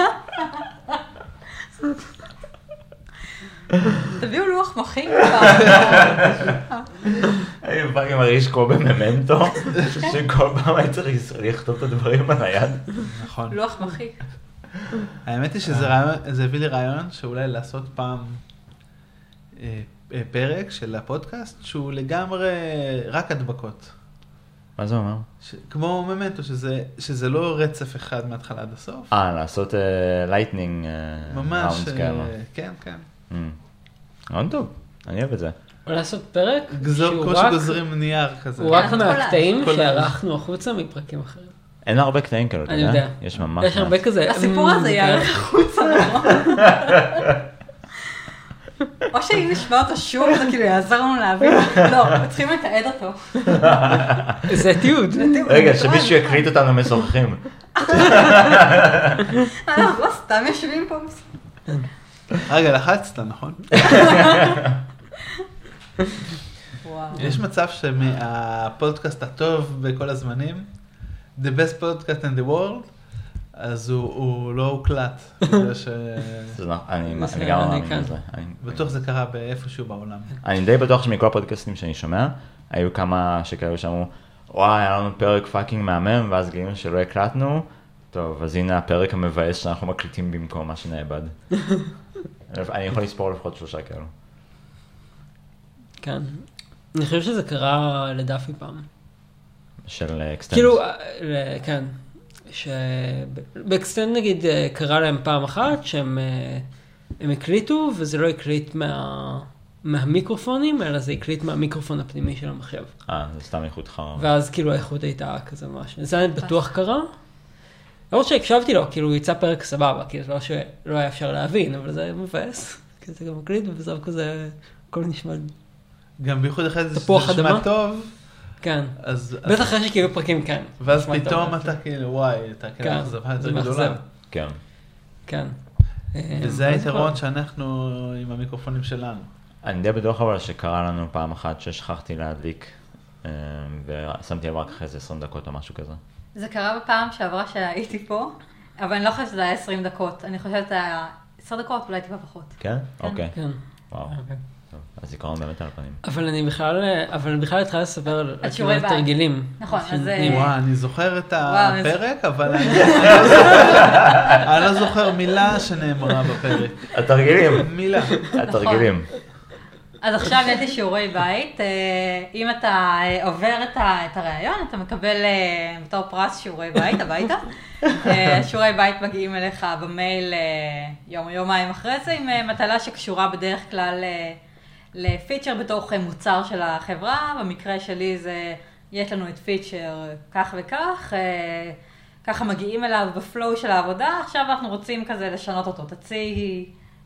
Speaker 4: תביאו לוח מוחים פעם.
Speaker 2: אני בא גם מרגיש כמו בממנטו, שכל פעם הייתי צריך לכתוב את הדברים על היד.
Speaker 5: נכון.
Speaker 4: לוח מוחי.
Speaker 5: האמת היא שזה רעיון, זה הביא לי רעיון שאולי לעשות פעם אה, אה, פרק של הפודקאסט שהוא לגמרי רק הדבקות.
Speaker 2: מה זה אומר?
Speaker 5: ש- כמו ממנטו, שזה, שזה לא רצף אחד מההתחלה עד הסוף.
Speaker 2: אה, לעשות לייטנינג
Speaker 5: ממש,
Speaker 2: ראונדס
Speaker 5: אה,
Speaker 2: כאלה.
Speaker 5: כן, כן.
Speaker 2: רעיון טוב, אני אוהב את זה.
Speaker 3: או לעשות פרק
Speaker 5: גזור,
Speaker 3: שהוא
Speaker 5: כמו
Speaker 3: רק-
Speaker 5: שגוזרים נייר כזה.
Speaker 3: הוא רק
Speaker 4: לעשות
Speaker 3: מהקטעים
Speaker 5: קולאז'.
Speaker 3: שערכנו החוצה מפרקים אחרים.
Speaker 2: אין הרבה קטעים כאלה, אתה
Speaker 3: אני
Speaker 2: יודע?
Speaker 3: יודע.
Speaker 2: יש ממש...
Speaker 3: יש הרבה כזה.
Speaker 4: הסיפור הזה יערך החוצה, נכון? או שאם נשמע אותו שוב, זה כאילו יעזור לנו להבין. לא, צריכים לתעד אותו.
Speaker 3: זה תיעוד.
Speaker 2: רגע, שמישהו יקליט אותנו משוחחים.
Speaker 4: אנחנו לא סתם יושבים פה.
Speaker 5: רגע, לחצת, נכון?
Speaker 4: וואו.
Speaker 5: יש מצב שמהפודקאסט הטוב בכל הזמנים, The best podcast in the world, אז הוא, הוא לא הוקלט. בגלל ש...
Speaker 2: זה נכון, אני
Speaker 3: זה
Speaker 2: אני גם
Speaker 3: אני
Speaker 2: מאמין
Speaker 3: כאן.
Speaker 2: בזה. אני-
Speaker 5: בטוח זה קרה באיפשהו בעולם.
Speaker 2: אני די בטוח שמכל הפודקאסטים שאני שומע, היו כמה שכאלו שאמרו, וואי, היה לנו פרק פאקינג מהמם, ואז גילינו שלא הקלטנו, טוב, אז הנה הפרק המבאס שאנחנו מקליטים במקום מה שנאבד. אני יכול לספור לפחות שלושה כאלו.
Speaker 3: כן. אני חושב שזה קרה לדאפי פעם.
Speaker 2: של אקסטנד.
Speaker 3: כאילו, כן. שבאקסטנד נגיד קרה להם פעם אחת שהם הם הקליטו וזה לא הקליט מה, מהמיקרופונים, אלא זה הקליט מהמיקרופון הפנימי של המחשב.
Speaker 2: אה, זה סתם איכות חרא.
Speaker 3: ואז כאילו האיכות הייתה כזה ממש. זה בטוח קרה. למרות שהקשבתי לו, כאילו יצא פרק סבבה, כי זה לא שלא היה אפשר להבין, אבל זה מבאס. כי זה גם מקליט ובסוף כזה, הכל נשמע...
Speaker 5: גם בייחוד אחרי זה
Speaker 3: תפוח
Speaker 5: נשמע
Speaker 3: אדמה?
Speaker 5: טוב.
Speaker 3: כן.
Speaker 5: אז...
Speaker 3: בטח אחרי שכאילו פרקים כן.
Speaker 5: ואז
Speaker 3: נשמע
Speaker 5: פתאום
Speaker 3: טוב.
Speaker 5: אתה כאילו, וואי, אתה כאילו
Speaker 3: כן,
Speaker 5: אכזבה יותר
Speaker 3: זה
Speaker 5: גדולה.
Speaker 3: מאכזב.
Speaker 2: כן.
Speaker 3: כן.
Speaker 5: וזה
Speaker 3: אז
Speaker 5: היתרון
Speaker 3: כבר-
Speaker 5: שאנחנו עם המיקרופונים שלנו.
Speaker 2: אני די בטוח אבל שקרה לנו פעם אחת ששכחתי להדליק, אה, ושמתי לב רק אחרי איזה עשרים דקות או משהו כזה.
Speaker 4: זה קרה בפעם שעברה שהייתי פה, אבל אני לא חושבת שזה היה עשרים דקות. אני חושבת שזה היה עשר דקות, אולי טיפה פחות.
Speaker 2: כן? אוקיי.
Speaker 3: כן.
Speaker 2: וואו.
Speaker 3: אוקיי.
Speaker 2: טוב, הזיכרון באמת על הפנים.
Speaker 3: אבל אני בכלל, אבל אני בכלל התחלה לספר על
Speaker 4: על שיעורי
Speaker 3: כאילו
Speaker 4: בית.
Speaker 3: תרגילים.
Speaker 4: נכון, אז,
Speaker 3: שנותנים.
Speaker 4: אה,
Speaker 5: וואו, אני זוכר את
Speaker 4: וואו, אני
Speaker 5: הפרק, אבל אני אני לא זוכר- אני לא זוכר מילה שנאמרה בפרק.
Speaker 2: התרגילים.
Speaker 5: מילה.
Speaker 2: התרגילים.
Speaker 4: אז עכשיו יש לי שיעורי בית. אה, אם אתה אה, עובר את ה- את הרעיון, אתה מקבל אה, בתור פרס שיעורי בית הביתה. אה, שיעורי בית מגיעים אליך במייל אה, יום או יומיים אחרי זה, עם אה, מטלה שקשורה בדרך כלל אה, לפיצ'ר בתוך אה, מוצר של החברה. במקרה שלי זה, יש לנו את פיצ'ר כך וכך, אה, ככה מגיעים אליו בפלואו של העבודה, עכשיו אנחנו רוצים כזה לשנות אותו. תציעי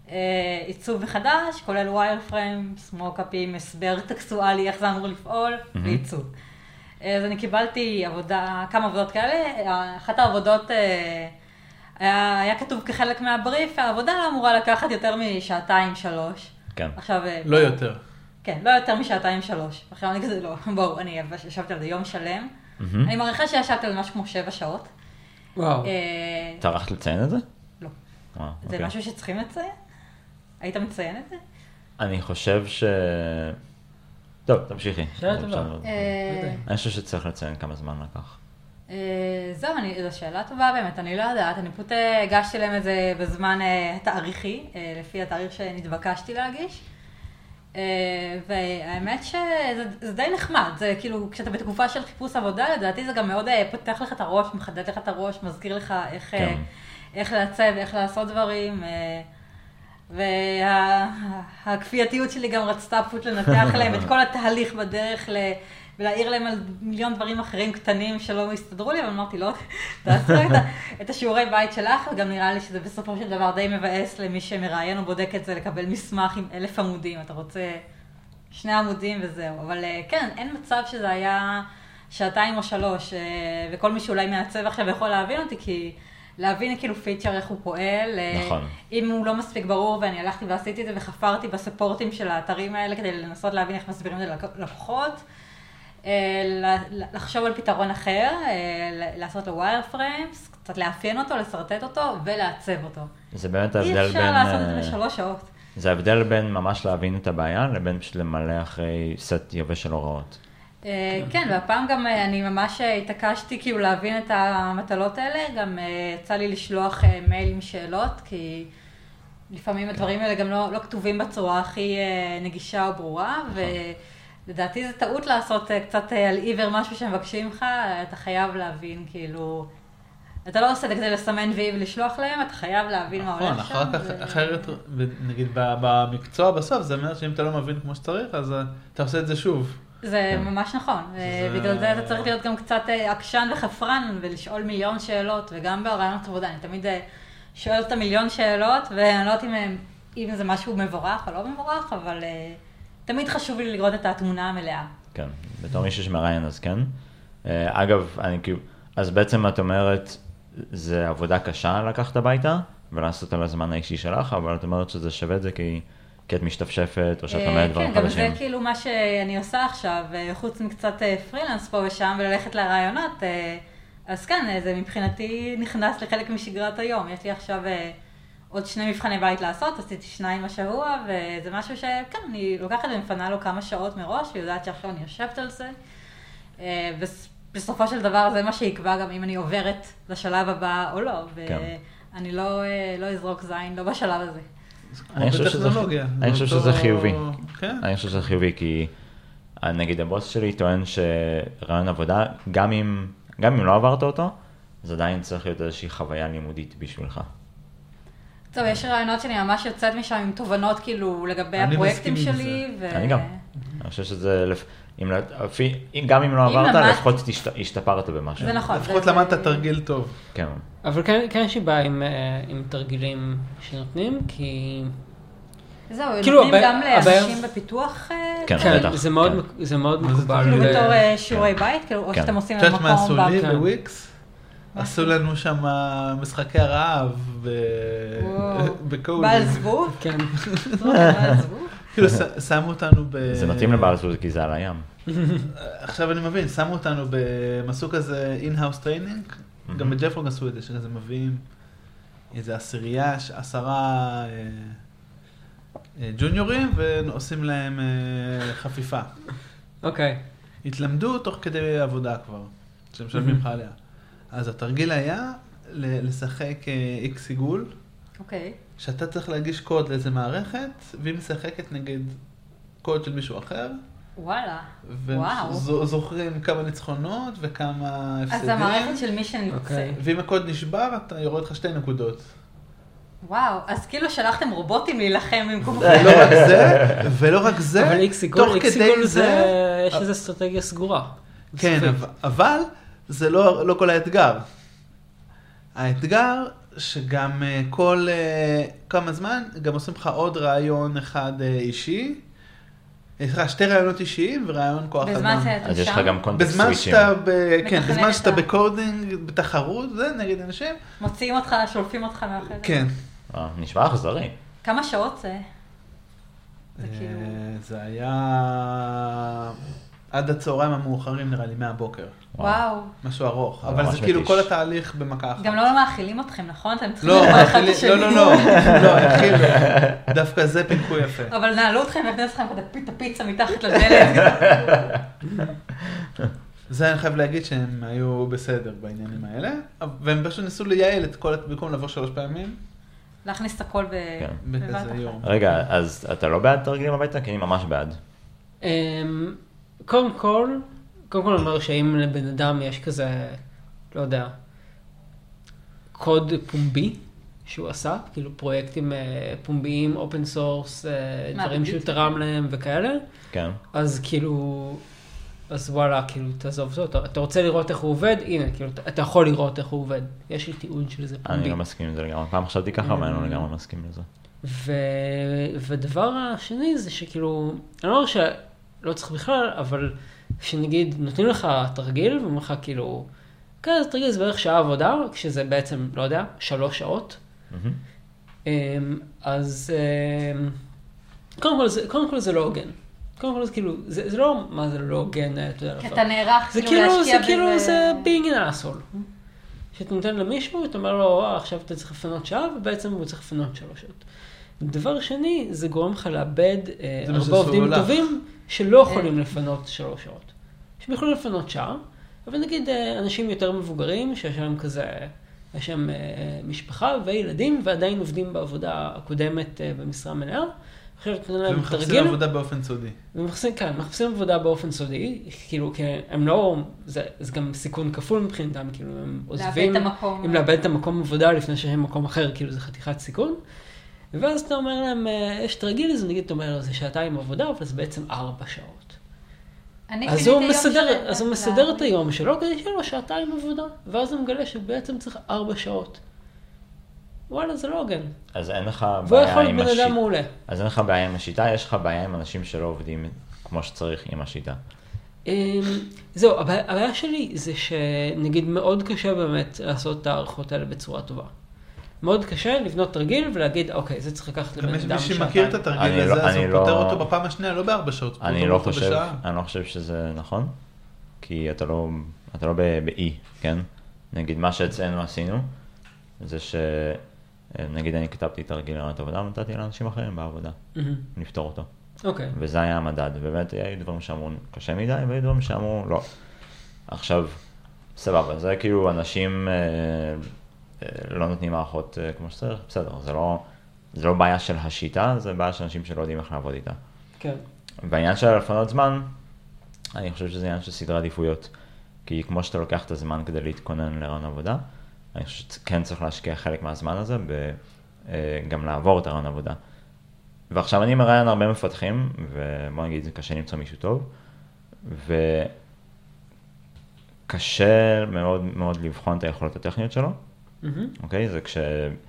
Speaker 4: אה, עיצוב מחדש, כולל ווייר פריים, סמוקאפים, הסבר טקסטואלי, איך זה אמור לפעול, ועיצוב. אה, אז אני קיבלתי עבודה, כמה עבודות כאלה, אחת העבודות אה, היה, היה כתוב כחלק מהבריף, העבודה לא אמורה לקחת יותר משעתיים שלוש.
Speaker 2: כן.
Speaker 4: עכשיו, אה,
Speaker 5: לא יותר.
Speaker 4: כן, לא יותר משעתיים שלוש. עכשיו אני כזה, לא, בואו, אני ישבתי על זה יום שלם. אני מעריכה שישבתי על משהו כמו שבע שעות.
Speaker 3: וואו.
Speaker 4: אה,
Speaker 2: טרחת לציין את זה?
Speaker 4: לא.
Speaker 2: וואו,
Speaker 4: זה
Speaker 2: אוקיי.
Speaker 4: משהו שצריכים לציין? היית מציין את זה?
Speaker 2: אני חושב ש... טוב, תמשיכי.
Speaker 3: שאלה
Speaker 2: אפשר
Speaker 3: טובה.
Speaker 2: לראות.
Speaker 4: אה,
Speaker 2: אני חושב שצריך לציין כמה זמן לקח.
Speaker 4: אה, זהו, אני- זו שאלה טובה באמת, אני לא יודעת, אני פשוט אה, הגשתי להם את זה בזמן אה, תאריכי, אה, לפי התאריך שנתבקשתי להגיש. אה, והאמת שזה זה די נחמד, זה כאילו, כשאתה בתקופה של חיפוש עבודה, לדעתי זה גם מאוד אה, פותח לך את הראש, מחדד לך את הראש, מזכיר לך איך, אה,
Speaker 2: כן.
Speaker 4: איך לעצב, איך לעשות דברים. אה, והכפייתיות שלי גם רצתה פשוט לנתח להם את כל התהליך בדרך ל... ולהעיר להם על מיליון דברים אחרים קטנים שלא הסתדרו לי, אבל אמרתי, לא, תעשו את, ה... את השיעורי בית שלך, וגם נראה לי שזה בסופו של דבר די מבאס למי שמראיין או בודק את זה, לקבל מסמך עם אלף עמודים, אתה רוצה שני עמודים וזהו. אבל כן, אין מצב שזה היה שעתיים או שלוש, וכל מי שאולי מעצב עכשיו יכול להבין אותי, כי... להבין כאילו פיצ'ר איך הוא פועל,
Speaker 2: נכון.
Speaker 4: אם הוא לא מספיק ברור, ואני הלכתי ועשיתי את זה וחפרתי בספורטים של האתרים האלה כדי לנסות להבין איך מסבירים את זה ללקוחות, לחשוב על פתרון אחר, לעשות לו ווייר פריימס, קצת לאפיין אותו, לסרטט אותו ולעצב אותו.
Speaker 2: זה באמת
Speaker 4: אי
Speaker 2: ההבדל בין...
Speaker 4: אפשר לעשות את זה בשלוש שעות.
Speaker 2: זה ההבדל בין ממש להבין את הבעיה, לבין פשוט למלא אחרי סט יבש של הוראות.
Speaker 4: כן, והפעם גם אני ממש התעקשתי כאילו להבין את המטלות האלה, גם יצא לי לשלוח מייל עם שאלות, כי לפעמים הדברים האלה גם לא, לא כתובים בצורה הכי נגישה או ברורה, ולדעתי זה טעות לעשות קצת על עיוור משהו שמבקשים לך, אתה חייב להבין כאילו, אתה לא עושה את זה כדי לסמן וי ולשלוח להם, אתה חייב להבין מה הולך שם.
Speaker 5: נכון, אחר כך, אחרת, נגיד במקצוע בסוף, זה אומר שאם אתה לא מבין כמו שצריך, אז אתה עושה את זה שוב.
Speaker 4: זה ממש נכון, בגלל זה אתה צריך להיות גם קצת עקשן וחפרן ולשאול מיליון שאלות, וגם ברעיונות עבודה, אני תמיד שואלת את המיליון שאלות, ואני לא יודעת אם זה משהו מבורך או לא מבורך, אבל תמיד חשוב לי לראות את התמונה המלאה.
Speaker 2: כן, בתור מישהו שמראיין אז כן. אגב, אני כאילו, אז בעצם את אומרת, זה עבודה קשה לקחת הביתה, ולעשות על הזמן האישי שלך, אבל את אומרת שזה שווה את זה כי... כי את משתפשפת, או שאת לומדת דברים
Speaker 4: כן,
Speaker 2: חדשים.
Speaker 4: גם זה כאילו מה שאני עושה עכשיו, חוץ מקצת פרילנס פה ושם וללכת לרעיונות, אז כן, זה מבחינתי נכנס לחלק משגרת היום. יש לי עכשיו עוד שני מבחני בית לעשות, עשיתי שניים השבוע, וזה משהו שכן, אני לוקחת ומפנה לו כמה שעות מראש, ויודעת שעכשיו אני יושבת על זה. ובסופו של דבר זה מה שיקבע גם אם אני עוברת לשלב הבא או לא, ואני לא, לא אזרוק זין, לא בשלב הזה.
Speaker 2: אני חושב שזה, אני חושב שזה חיובי. אני חושב שזה חיובי, כי נגיד הבוס שלי טוען שרעיון עבודה, גם אם, גם אם לא עברת אותו, זה עדיין צריך להיות איזושהי חוויה לימודית בשבילך.
Speaker 4: טוב, יש רעיונות שאני ממש יוצאת משם עם תובנות כאילו לגבי הפרויקטים שלי.
Speaker 2: אני גם. אני חושב שזה, גם אם לא עברת, לפחות השתפרת במשהו.
Speaker 4: זה נכון.
Speaker 5: לפחות למדת תרגיל טוב.
Speaker 2: כן.
Speaker 3: אבל כן יש לי בעיה עם תרגילים שנותנים, כי...
Speaker 4: זהו, נותנים גם לאנשים בפיתוח...
Speaker 2: כן, בטח.
Speaker 3: זה מאוד מקובל.
Speaker 4: כאילו בתור שיעורי בית, או שאתם עושים למקום...
Speaker 5: את יודעת מה עשו לי בוויקס? עשו לנו שם משחקי הרעב בקודינג.
Speaker 4: בעל זבוב?
Speaker 3: כן.
Speaker 4: בעל זבוב?
Speaker 5: כאילו שמו אותנו ב...
Speaker 2: זה מתאים לבעל זבוב כי זה על הים.
Speaker 5: עכשיו אני מבין, שמו אותנו במסוג כזה אין-האוס טריינינג, גם בג'פרוג עשו את זה, שכזה מביאים איזה עשירייה, עשרה ג'וניורים ועושים להם חפיפה.
Speaker 3: אוקיי.
Speaker 5: התלמדו תוך כדי עבודה כבר, שמשלמים לך עליה. אז התרגיל היה לשחק איקס עיגול,
Speaker 4: אוקיי.
Speaker 5: שאתה צריך להגיש קוד לאיזה מערכת, והיא משחקת נגד קוד של מישהו אחר.
Speaker 4: וואלה, וואו.
Speaker 5: וזוכרים כמה ניצחונות וכמה הפסדים.
Speaker 4: אז המערכת של מי שנמצא.
Speaker 5: ואם הקוד נשבר, אתה יורד לך שתי נקודות.
Speaker 4: וואו, אז כאילו שלחתם רובוטים להילחם במקום
Speaker 5: אחר. לא רק זה, ולא רק זה,
Speaker 3: אבל איקס עיגול זה, יש איזו אסטרטגיה סגורה.
Speaker 5: כן, אבל זה לא כל האתגר. האתגר שגם כל כמה זמן, גם עושים לך עוד רעיון אחד אישי, יש לך שתי רעיונות אישיים ורעיון כוח אדם.
Speaker 4: בזמן שאתה שם?
Speaker 2: אז יש לך גם קונטקסט סוויצ'ים.
Speaker 5: כן, בזמן שאתה בקודינג, בתחרות, זה נגד אנשים.
Speaker 4: מוציאים אותך, שולפים אותך מהחדר.
Speaker 5: כן.
Speaker 2: נשמע אכזרי.
Speaker 4: כמה שעות זה?
Speaker 5: זה היה עד הצהריים המאוחרים נראה לי, מהבוקר.
Speaker 4: וואו.
Speaker 5: משהו ארוך, אבל זה כאילו כל התהליך במכה אחת.
Speaker 4: גם לא מאכילים אתכם, נכון? אתם צריכים
Speaker 5: לא,
Speaker 4: לאכול אחד את השני.
Speaker 5: לא, לא, לא, לא, התחיל, דווקא זה פינקו יפה.
Speaker 4: אבל נעלו אתכם, נכנס לכם כדי פיתה פיצה מתחת לדלת.
Speaker 5: זה אני חייב להגיד שהם היו בסדר בעניינים האלה, והם פשוט ניסו לייעל את כל, במקום לעבור שלוש פעמים.
Speaker 4: להכניס את הכל בבת אחת.
Speaker 2: רגע, אז אתה לא בעד תרגילים הביתה? כי אני ממש בעד.
Speaker 3: קודם כל, קודם כל אני אומר שאם לבן אדם יש כזה, לא יודע, קוד פומבי שהוא עשה, כאילו פרויקטים פומביים, אופן סורס, דברים שהוא תרם להם וכאלה,
Speaker 2: כן.
Speaker 3: אז כאילו, אז וואלה, כאילו, תעזוב זאת, אתה רוצה לראות איך הוא עובד, הנה, כאילו, אתה יכול לראות איך הוא עובד, יש לי תיעוד של זה פומבי.
Speaker 2: אני לא מסכים עם זה לגמרי, פעם חשבתי ככה, אבל אני לא לגמרי מסכים לזה.
Speaker 3: ודבר השני זה שכאילו, אני לא אומר שלא צריך בכלל, אבל שנגיד, נותנים לך תרגיל, ואומרים לך כאילו, כן, זה תרגיל, זה בערך שעה עבודה, כשזה בעצם, לא יודע, שלוש שעות. אז קודם כל זה, קודם כל זה לא הוגן. קודם כל זה כאילו, זה לא, מה זה לא הוגן, אתה יודע.
Speaker 4: כי אתה נערך כאילו להשקיע בזה.
Speaker 3: זה כאילו, זה being an asshole. שאתה נותן למישהו, אתה אומר לו, עכשיו אתה צריך לפנות שעה, ובעצם הוא צריך לפנות שלוש שעות. דבר שני, זה גורם לך לאבד הרבה עובדים טובים, שלא יכולים לפנות שלוש שעות. שהם יכולים לפנות שעה, אבל נגיד אנשים יותר מבוגרים, שיש להם כזה, יש להם משפחה וילדים, ועדיין עובדים בעבודה הקודמת במשרה מלאה.
Speaker 5: ומחפשים עבודה באופן סודי.
Speaker 3: ומחפשים, כן, מחפשים עבודה באופן סודי, כאילו, כי הם לא, זה, זה גם סיכון כפול מבחינתם, כאילו, הם עוזבים, אם לאבד את המקום עבודה לפני שהם מקום אחר, כאילו, זה חתיכת סיכון. ואז אתה אומר להם, יש תרגיל, אז נגיד, אתה אומר, זה שעתיים עבודה, אבל זה בעצם ארבע שעות. אז הוא מסדר, אז הוא מסדר את היום שלו, כדי שיהיה לו שעתיים עבודה, ואז הוא מגלה שבעצם צריך ארבע שעות. וואלה, זה לא הוגן.
Speaker 2: אז אין לך בעיה עם
Speaker 3: השיטה.
Speaker 2: אז אין לך בעיה עם השיטה, יש לך בעיה עם אנשים שלא עובדים כמו שצריך עם השיטה.
Speaker 3: זהו, הבעיה שלי זה שנגיד מאוד קשה באמת לעשות את הערכות האלה בצורה טובה. מאוד קשה לבנות תרגיל ולהגיד, אוקיי, זה צריך לקחת לבן אדם שעתיים.
Speaker 5: מי שמכיר את התרגיל הזה, אז הוא פותר אותו בפעם השנייה, לא בארבע שעות.
Speaker 2: אני לא חושב, אני לא חושב שזה נכון, כי אתה לא, אתה לא באי, כן? נגיד מה שאצלנו עשינו, זה ש... נגיד אני כתבתי תרגיל לרעיונות עבודה, ונתתי לאנשים אחרים בעבודה, לפתור אותו.
Speaker 3: אוקיי.
Speaker 2: וזה היה המדד, ובאמת היו דברים שאמרו קשה מדי, והיו דברים שאמרו לא. עכשיו, סבבה, זה כאילו אנשים אה, אה, לא נותנים מערכות אה, כמו שצריך, בסדר, זה לא, זה לא בעיה של השיטה, זה בעיה של אנשים שלא יודעים איך לעבוד איתה.
Speaker 3: כן.
Speaker 2: והעניין של לפנות זמן, אני חושב שזה עניין של סדרי עדיפויות, כי כמו שאתה לוקח את הזמן כדי להתכונן לרעיון עבודה, אני חושב שכן צריך להשקיע חלק מהזמן הזה, וגם לעבור את הרעיון עבודה. ועכשיו אני מראיין הרבה מפתחים, ובוא נגיד, זה קשה למצוא מישהו טוב, וקשה מאוד מאוד לבחון את היכולות הטכניות שלו, אוקיי? זה כש...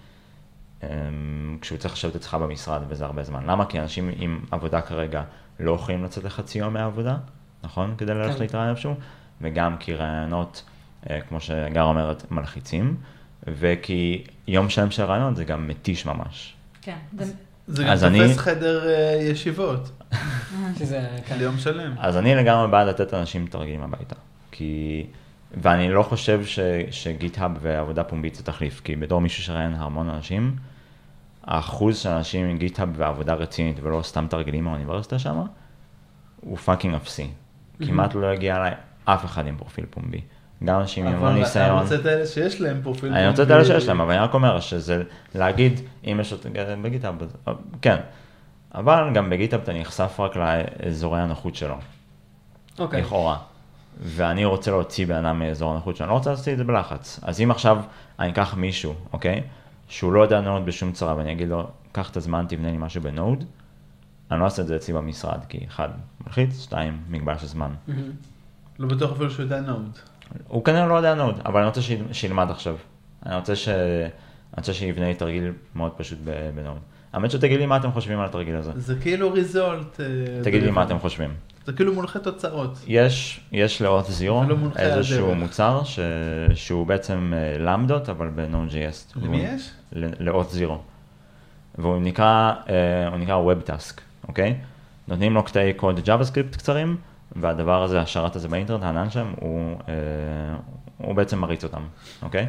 Speaker 2: כשהוא צריך לשבת אצלך במשרד, וזה הרבה זמן. למה? כי אנשים עם עבודה כרגע לא יכולים לצאת לחצי יום מהעבודה, נכון? כדי ללכת להתראיין איפשהו, וגם כי רעיונות, כמו שגר אומרת, מלחיצים, וכי יום שלם של רעיונות זה גם מתיש ממש.
Speaker 4: כן.
Speaker 5: זה גם תופס חדר ישיבות.
Speaker 3: שזה, כן.
Speaker 5: ליום שלם.
Speaker 2: אז אני לגמרי בעד לתת אנשים תרגילים הביתה. כי... ואני לא חושב ש... שגיט-האב ועבודה פומבית זה תחליף, כי בתור מישהו שראיין המון אנשים, האחוז של אנשים עם גיט-האב ועבודה רצינית ולא סתם תרגילים מהאוניברסיטה שם, הוא פאקינג אפסי. כמעט לא הגיע אליי אף אחד עם פרופיל פומבי. גם אנשים עם המון ניסיון.
Speaker 5: אבל אתה רוצה את אלה שיש להם פרופיל פומבי.
Speaker 2: אני רוצה את אלה שיש להם, אבל אני רק אומר שזה להגיד, אם יש עוד בגיט-האב, כן. אבל גם בגיט-האב אתה נחשף רק לאזורי הנוחות שלו.
Speaker 3: אוקיי.
Speaker 2: לכאורה. ואני רוצה להוציא באדם מאזור הנוחות שלו, אני לא רוצה להוציא את זה בלחץ. אז אם עכשיו אני אקח מישהו, אוקיי? שהוא לא יודע נוד בשום צורה, ואני אגיד לו, קח את הזמן, תבנה לי משהו בנוד, אני לא אעשה את זה אצלי במשרד, כי אחד, מלחיץ, שתיים, מגבל של זמן.
Speaker 5: לא בטוח אפילו שהוא יודע נוד.
Speaker 2: הוא כנראה לא יודע נוד, אבל אני רוצה שילמד עכשיו. אני רוצה ש... אני רוצה שיבנה לי תרגיל מאוד פשוט בנוד. האמת שתגיד לי מה אתם חושבים על התרגיל הזה.
Speaker 5: זה כאילו ריזולט.
Speaker 2: תגיד לי מה אתם חושבים.
Speaker 5: זה כאילו מולכי תוצאות.
Speaker 2: יש, יש לאורת זירו איזשהו מוצר ש... שהוא בעצם למדות, אבל ב-Node.js.
Speaker 5: למי יש?
Speaker 2: לאורת זירו. והוא נקרא, הוא נקרא WebTask, אוקיי? נותנים לו קטעי קוד JavaScript קצרים, והדבר הזה, השרת הזה באינטרנט, הענן שם, הוא, הוא בעצם מריץ אותם, אוקיי?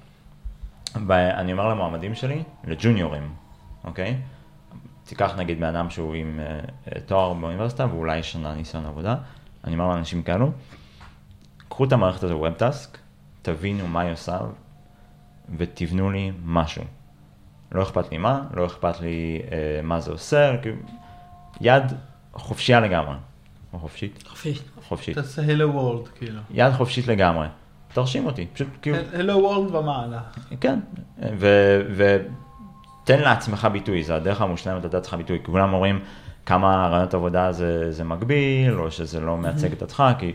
Speaker 2: ואני אומר למועמדים שלי, לג'וניורים, אוקיי? תיקח נגיד באדם שהוא עם uh, תואר באוניברסיטה, ואולי שנה ניסיון עבודה, אני אומר לאנשים כאלו, קחו את המערכת הזו WebTask, תבינו מה היא עושה, ותבנו לי משהו. לא אכפת לי מה, לא אכפת לי uh, מה זה עושה, יד חופשייה לגמרי. או חופשית?
Speaker 3: חופשית.
Speaker 2: חופשית.
Speaker 5: תעשה Hello World, כאילו.
Speaker 2: יד חופשית לגמרי. תרשים אותי, פשוט כאילו...
Speaker 5: Hello World ומעלה.
Speaker 2: כן, ו... ו... תן לעצמך ביטוי, זה הדרך המושלמת לתת לך ביטוי, כי כולם אומרים כמה רעיונות עבודה זה, זה מגביל, או שזה לא מייצג את עצמך, כי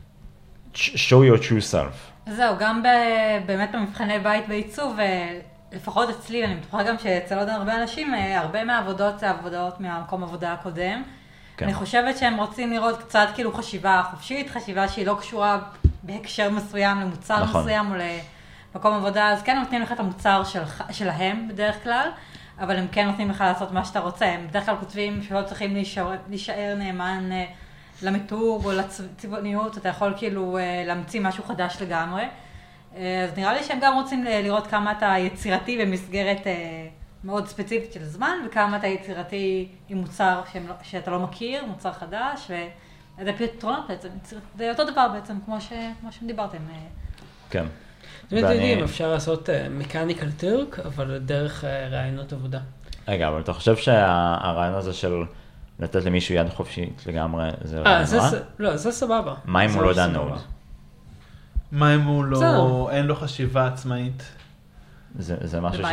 Speaker 2: show your true self.
Speaker 4: זהו, גם ב, באמת במבחני בית בעיצוב, לפחות אצלי, אני בטוחה גם שאצל עוד הרבה אנשים, הרבה מהעבודות זה עבודות מהמקום עבודה הקודם. כן. אני חושבת שהם רוצים לראות קצת כאילו חשיבה חופשית, חשיבה שהיא לא קשורה בהקשר מסוים למוצר נכון. מסוים או ל... מקום עבודה, אז כן נותנים לך את המוצר של, שלהם בדרך כלל, אבל הם כן נותנים לך לעשות מה שאתה רוצה. הם בדרך כלל כותבים שלא צריכים להישאר, להישאר נאמן למיתוג או לצבעוניות, אתה יכול כאילו להמציא משהו חדש לגמרי. אז נראה לי שהם גם רוצים לראות כמה אתה יצירתי במסגרת מאוד ספציפית של זמן, וכמה אתה יצירתי עם מוצר לא, שאתה לא מכיר, מוצר חדש, וזה פתרונות בעצם, זה אותו דבר בעצם, כמו, ש, כמו שדיברתם.
Speaker 2: כן.
Speaker 3: אתם יודעים, אפשר לעשות מקניקל טורק, אבל דרך רעיונות עבודה.
Speaker 2: רגע, אבל אתה חושב שהרעיון הזה של לתת למישהו יד חופשית לגמרי, זה רעיון רע?
Speaker 3: לא, זה סבבה.
Speaker 2: מה אם הוא לא יודע נוד?
Speaker 5: מה אם הוא לא, אין לו חשיבה עצמאית?
Speaker 2: זה משהו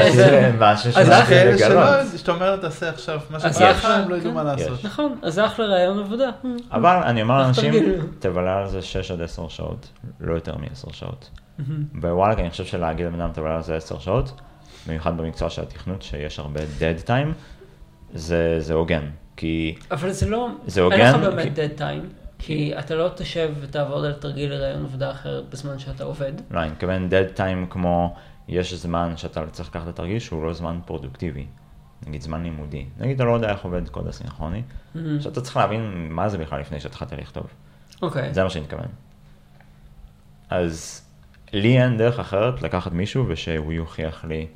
Speaker 5: שצריך לגלות. שאתה אומר, תעשה עכשיו מה שבאחר, הם לא ידעו מה לעשות.
Speaker 3: נכון, אז זה אחלה רעיון עבודה.
Speaker 2: אבל אני אומר לאנשים, תבלה על זה שש עד עשר שעות, לא יותר מ-עשר שעות. ווואלק, אני חושב שלהגיד לבן אדם תבלה על זה עשר שעות, במיוחד במקצוע של התכנות, שיש הרבה dead time, זה הוגן.
Speaker 3: אבל זה לא, אין לך באמת dead time. כי אתה לא תשב ותעבוד על תרגיל לרעיון עבודה אחרת בזמן שאתה עובד. לא,
Speaker 2: אני מתכוון dead time כמו יש זמן שאתה צריך לקחת את התרגיל שהוא לא זמן פרודוקטיבי. נגיד זמן לימודי. נגיד אתה לא יודע איך עובד קוד הסינכרוני, שאתה צריך להבין מה זה בכלל לפני שהתחלת לכתוב.
Speaker 3: אוקיי.
Speaker 2: זה מה שאני מתכוון. אז לי אין דרך אחרת לקחת מישהו ושהוא יוכיח לי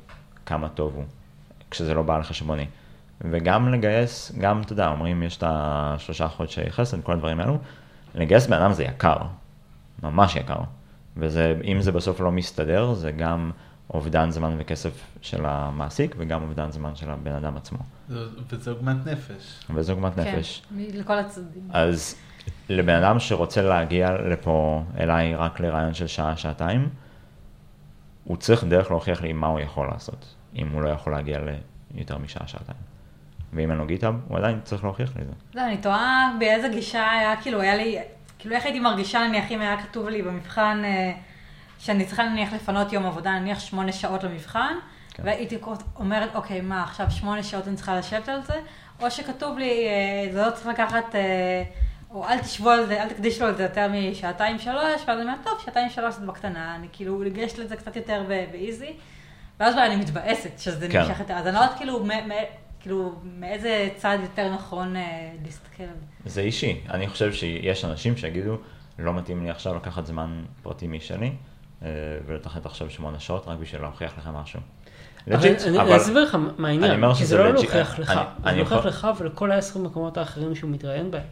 Speaker 2: כמה טוב הוא, כשזה לא בא על חשבוני. וגם לגייס, גם, אתה יודע, אומרים, יש את השלושה חודשי חסד, כל הדברים האלו, לגייס בן אדם זה יקר, ממש יקר. ואם זה בסוף לא מסתדר, זה גם אובדן זמן וכסף של המעסיק, וגם אובדן זמן של הבן אדם עצמו.
Speaker 5: וזה עוגמת נפש.
Speaker 2: וזה עוגמת נפש.
Speaker 4: כן, לכל הצדדים.
Speaker 2: אז לבן אדם שרוצה להגיע לפה אליי רק לרעיון של שעה, שעתיים, הוא צריך דרך להוכיח לי מה הוא יכול לעשות, אם הוא לא יכול להגיע ליותר משעה, שעתיים. ואם אין לו גיטאב, הוא עדיין צריך להוכיח לי זה.
Speaker 4: לא, אני תוהה באיזה גישה היה, כאילו, היה לי, כאילו, איך הייתי מרגישה, נניח, אם היה כתוב לי במבחן, שאני צריכה נניח לפנות יום עבודה, נניח שמונה שעות למבחן, כן. והייתי אומרת, אוקיי, מה, עכשיו שמונה שעות אני צריכה לשבת על זה, או שכתוב לי, זה לא צריך לקחת, או אל תשבו על זה, אל תקדיש לו את זה יותר משעתיים שלוש, ואז אני אומרת, טוב, שעתיים שלוש זה בקטנה, אני כאילו לגשת לזה קצת יותר באיזי, ואז אני מתבאסת שזה כן. נמשך יותר, אז אני לא יודעת כאילו, מ- מ- כאילו, מאיזה צד יותר נכון אה, להסתכל על זה.
Speaker 2: זה אישי, אני חושב שיש אנשים שיגידו, לא מתאים לי עכשיו לקחת זמן פרטי משלי, אה, ולתחת עכשיו שמונה שעות רק בשביל להוכיח לך משהו.
Speaker 3: לג'יט, אבל... אני אסביר לך מה העניין, כי זה לא להוכיח לך, זה להוכיח לך ולכל העשרים מקומות האחרים שהוא מתראיין בהם.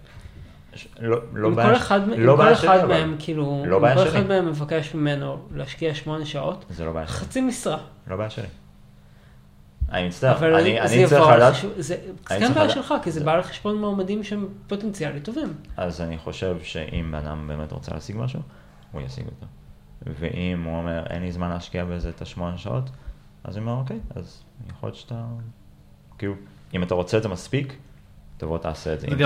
Speaker 2: לא
Speaker 3: בעיה שלי. כל אחד מהם, כאילו, כל אחד מהם מבקש ממנו להשקיע שמונה שעות, חצי משרה.
Speaker 2: לא בעיה שלי. אני מצטער, אני צריך לדעת...
Speaker 3: זה גם בעיה שלך, כי זה בא על חשבון מועמדים שהם פוטנציאלית טובים.
Speaker 2: אז אני חושב שאם בן אדם באמת רוצה להשיג משהו, הוא ישיג אותו. ואם הוא אומר, אין לי זמן להשקיע בזה את השמונה שעות, אז אני אומר, אוקיי, אז יכול להיות שאתה... כאילו, אם אתה רוצה את זה מספיק, תבוא תעשה את זה.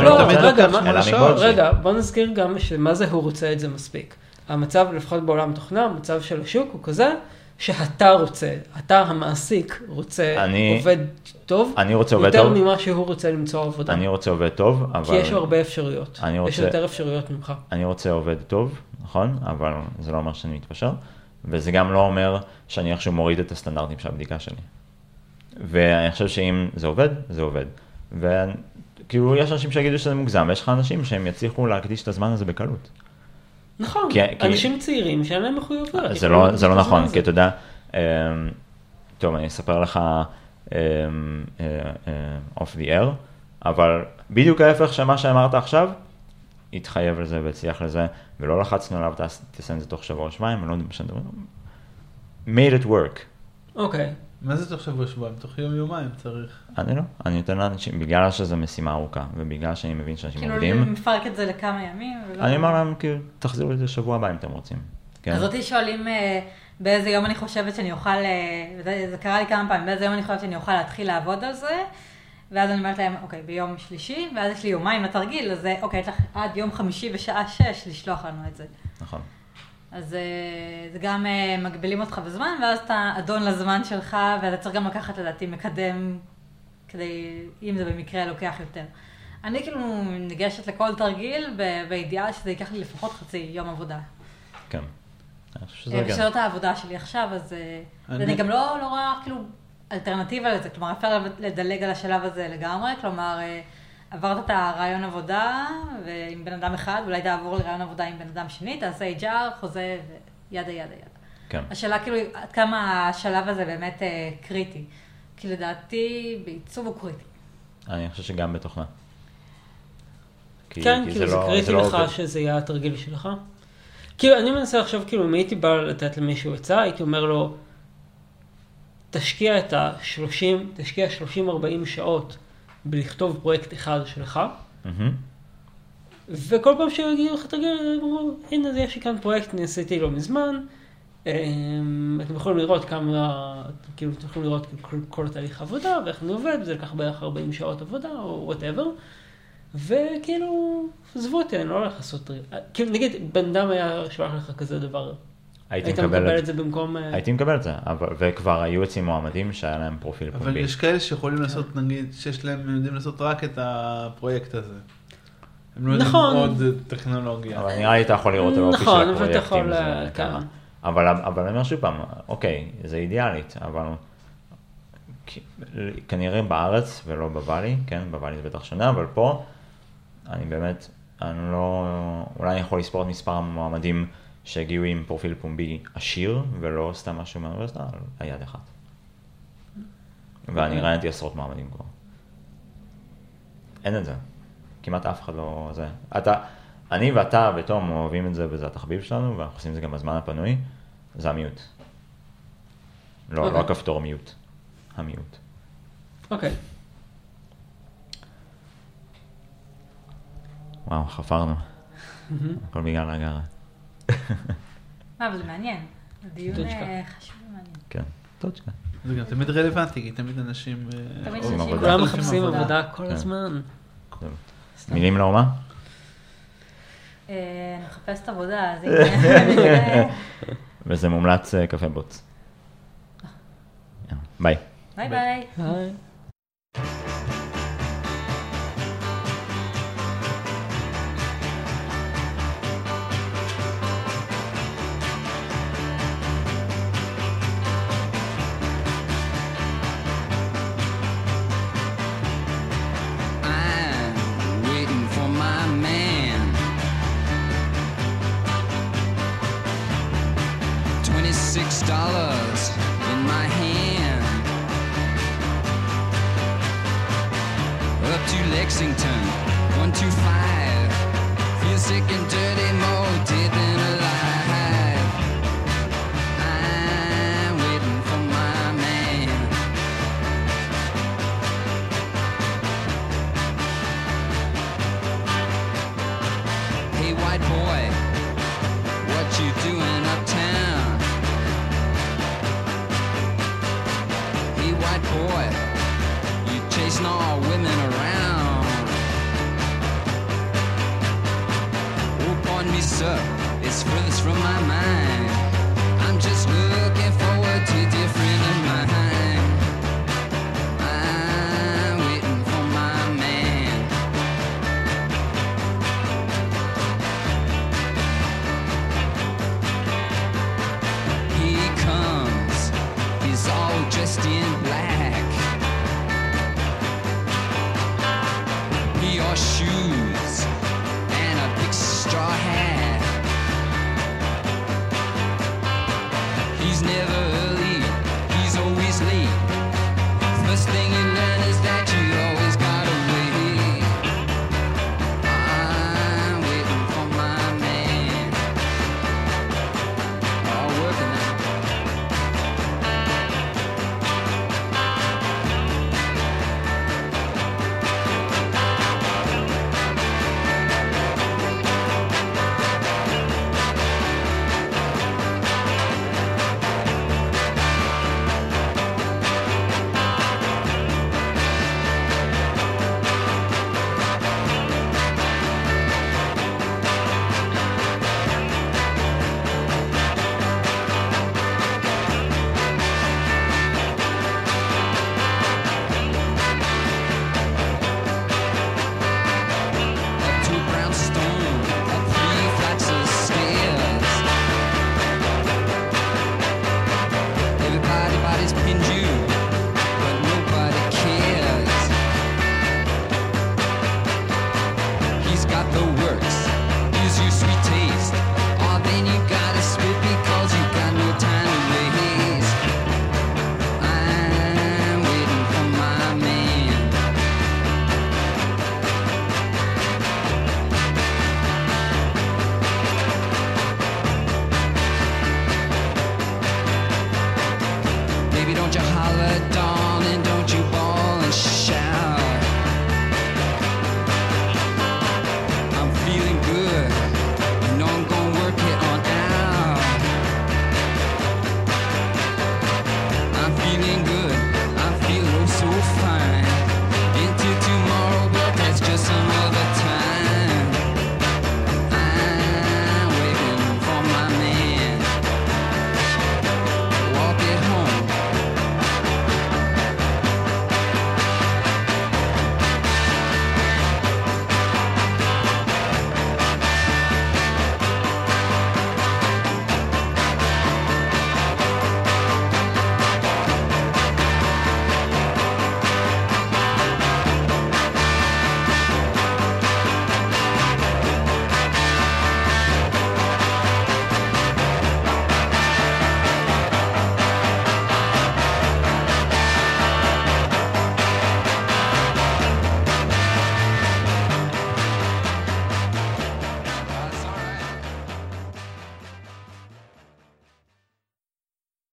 Speaker 3: רגע, בוא נזכיר גם שמה זה הוא רוצה את זה מספיק. המצב, לפחות בעולם תוכנה, המצב של השוק הוא כזה, שאתה רוצה, אתה המעסיק רוצה עובד טוב, יותר ממה שהוא רוצה למצוא עבודה.
Speaker 2: אני רוצה עובד טוב, אבל...
Speaker 3: כי יש הרבה אפשרויות, יש יותר אפשרויות ממך.
Speaker 2: אני רוצה עובד טוב, נכון, אבל זה לא אומר שאני מתפשר, וזה גם לא אומר שאני עכשיו מוריד את הסטנדרטים של הבדיקה שלי. ואני חושב שאם זה עובד, זה עובד. וכאילו יש אנשים שיגידו שזה מוגזם, ויש לך אנשים שהם יצליחו להקדיש את הזמן הזה בקלות.
Speaker 3: נכון, אנשים צעירים שאין להם מחויבות.
Speaker 2: זה לא נכון, כי אתה יודע, טוב, אני אספר לך off the air, אבל בדיוק ההפך שמה שאמרת עכשיו, התחייב לזה והצליח לזה, ולא לחצנו עליו, תעשה את זה תוך שבוע או שבועיים, ולא יודעים שאני made it work.
Speaker 3: אוקיי.
Speaker 5: מה זה תוך שבוע שבועיים? תוך יום יומיים צריך.
Speaker 2: אני לא, אני אתן לאנשים, בגלל שזו משימה ארוכה, ובגלל שאני מבין שאנשים עובדים.
Speaker 4: כאילו מפרק את זה לכמה ימים.
Speaker 2: אני אומר להם, כאילו, תחזירו את זה שבוע הבא אם אתם רוצים.
Speaker 4: אז אותי שואלים באיזה יום אני חושבת שאני אוכל, זה קרה לי כמה פעמים, באיזה יום אני חושבת שאני אוכל להתחיל לעבוד על זה, ואז אני אומרת להם, אוקיי, ביום שלישי, ואז יש לי יומיים לתרגיל, אז אוקיי, יש לך עד יום חמישי בשעה שש לשלוח לנו את זה.
Speaker 2: נכון.
Speaker 4: אז זה גם מגבילים אותך בזמן, ואז אתה אדון לזמן שלך, ואתה צריך גם לקחת לדעתי מקדם, כדי, אם זה במקרה לוקח יותר. אני כאילו ניגשת לכל תרגיל, בידיעה שזה ייקח לי לפחות חצי יום עבודה.
Speaker 2: כן.
Speaker 4: ושאלות העבודה שלי עכשיו, אז אני גם לא רואה כאילו אלטרנטיבה לזה, כלומר אפשר לדלג על השלב הזה לגמרי, כלומר עברת את הרעיון עבודה עם בן אדם אחד, אולי תעבור לרעיון עבודה עם בן אדם שני, תעשה אייץ' אר, חוזה וידה ידה ידה.
Speaker 2: כן.
Speaker 4: השאלה כאילו עד כמה השלב הזה באמת קריטי, כי לדעתי בעיצוב הוא קריטי.
Speaker 2: אני חושב שגם בתוכנה.
Speaker 3: כן, כאילו זה קריטי לך שזה יהיה התרגיל שלך. כאילו, אני מנסה עכשיו, כאילו, אם הייתי בא לתת למישהו עצה, הייתי אומר לו, תשקיע את ה-שלושים, תשקיע שלושים ארבעים שעות בלכתוב פרויקט אחד שלך, וכל פעם שיגיעו לך תרגיל, הנה, יש לי כאן פרויקט, אני עשיתי לו מזמן, אתם יכולים לראות כמה, כאילו, אתם יכולים לראות כל התהליך עבודה, ואיך אני עובד, וזה לקח בערך ארבעים שעות עבודה, או whatever, וכאילו, עזבו אותי, אני לא הולך לעשות... כאילו, נגיד, בן אדם היה שולח לך כזה דבר. היית מקבל את זה במקום...
Speaker 2: הייתי מקבל את זה, וכבר היו אצלי מועמדים שהיה להם פרופיל פומבי.
Speaker 5: אבל יש כאלה שיכולים לעשות, נגיד, שיש להם, הם יודעים לעשות רק את הפרויקט הזה. הם לא יודעים עוד טכנולוגיה.
Speaker 2: אבל נראה לי אתה יכול לראות על האופי של הפרויקטים.
Speaker 3: נכון, ואתה יכול...
Speaker 2: אבל אני אומר שוב פעם, אוקיי, זה אידיאלית, אבל... כנראה בארץ ולא בוואלי, כן, בוואלי זה בטח שונה, אבל פה אני באמת, אני לא, אולי אני יכול לספור את מספר המועמדים שהגיעו עם פרופיל פומבי עשיר, ולא סתם משהו מהאוניברסיטה, על היד אחת. ואני ראיינתי עשרות מעמדים כבר. אין את זה. כמעט אף אחד לא... זה. אתה, אני ואתה ותום אוהבים את זה, וזה התחביב שלנו, ואנחנו עושים את זה גם בזמן הפנוי, זה המיוט. לא, לא הכפתור מיוט. המיוט.
Speaker 3: אוקיי.
Speaker 2: וואו, חפרנו. הכל בגלל הגרה.
Speaker 4: מה, אבל זה מעניין. הדיון
Speaker 3: טוצ'קה.
Speaker 4: חשוב ומעניין.
Speaker 2: כן, טוצ'קה.
Speaker 5: זה גם תמיד רלוונטי, כי תמיד אנשים... אה,
Speaker 4: תמיד
Speaker 2: עם
Speaker 4: אנשים
Speaker 2: עבודה.
Speaker 3: כולם
Speaker 4: עושים
Speaker 3: מחפשים עבודה כל
Speaker 2: כן.
Speaker 3: הזמן.
Speaker 2: מילים לאומה?
Speaker 4: אה, אני מחפשת עבודה, אז הנה...
Speaker 2: וזה מומלץ אה, קפה בוץ. יאללה, ביי.
Speaker 4: ביי ביי.
Speaker 3: היי.
Speaker 6: I'm waiting for my man. Twenty-six dollars in my hand. Up to Lexington, one two five. Feel sick and dirty, more dead than alive. I'm waiting for my man. Hey white boy, what you doing uptown? Hey white boy, you chasing all women around. Oh, pardon me sir, it's furthest from my mind. I'm just looking forward to a dear friend of mine. I'm waiting for my man. He comes, he's all dressed in black. He wore shoes and a big straw hat. He's never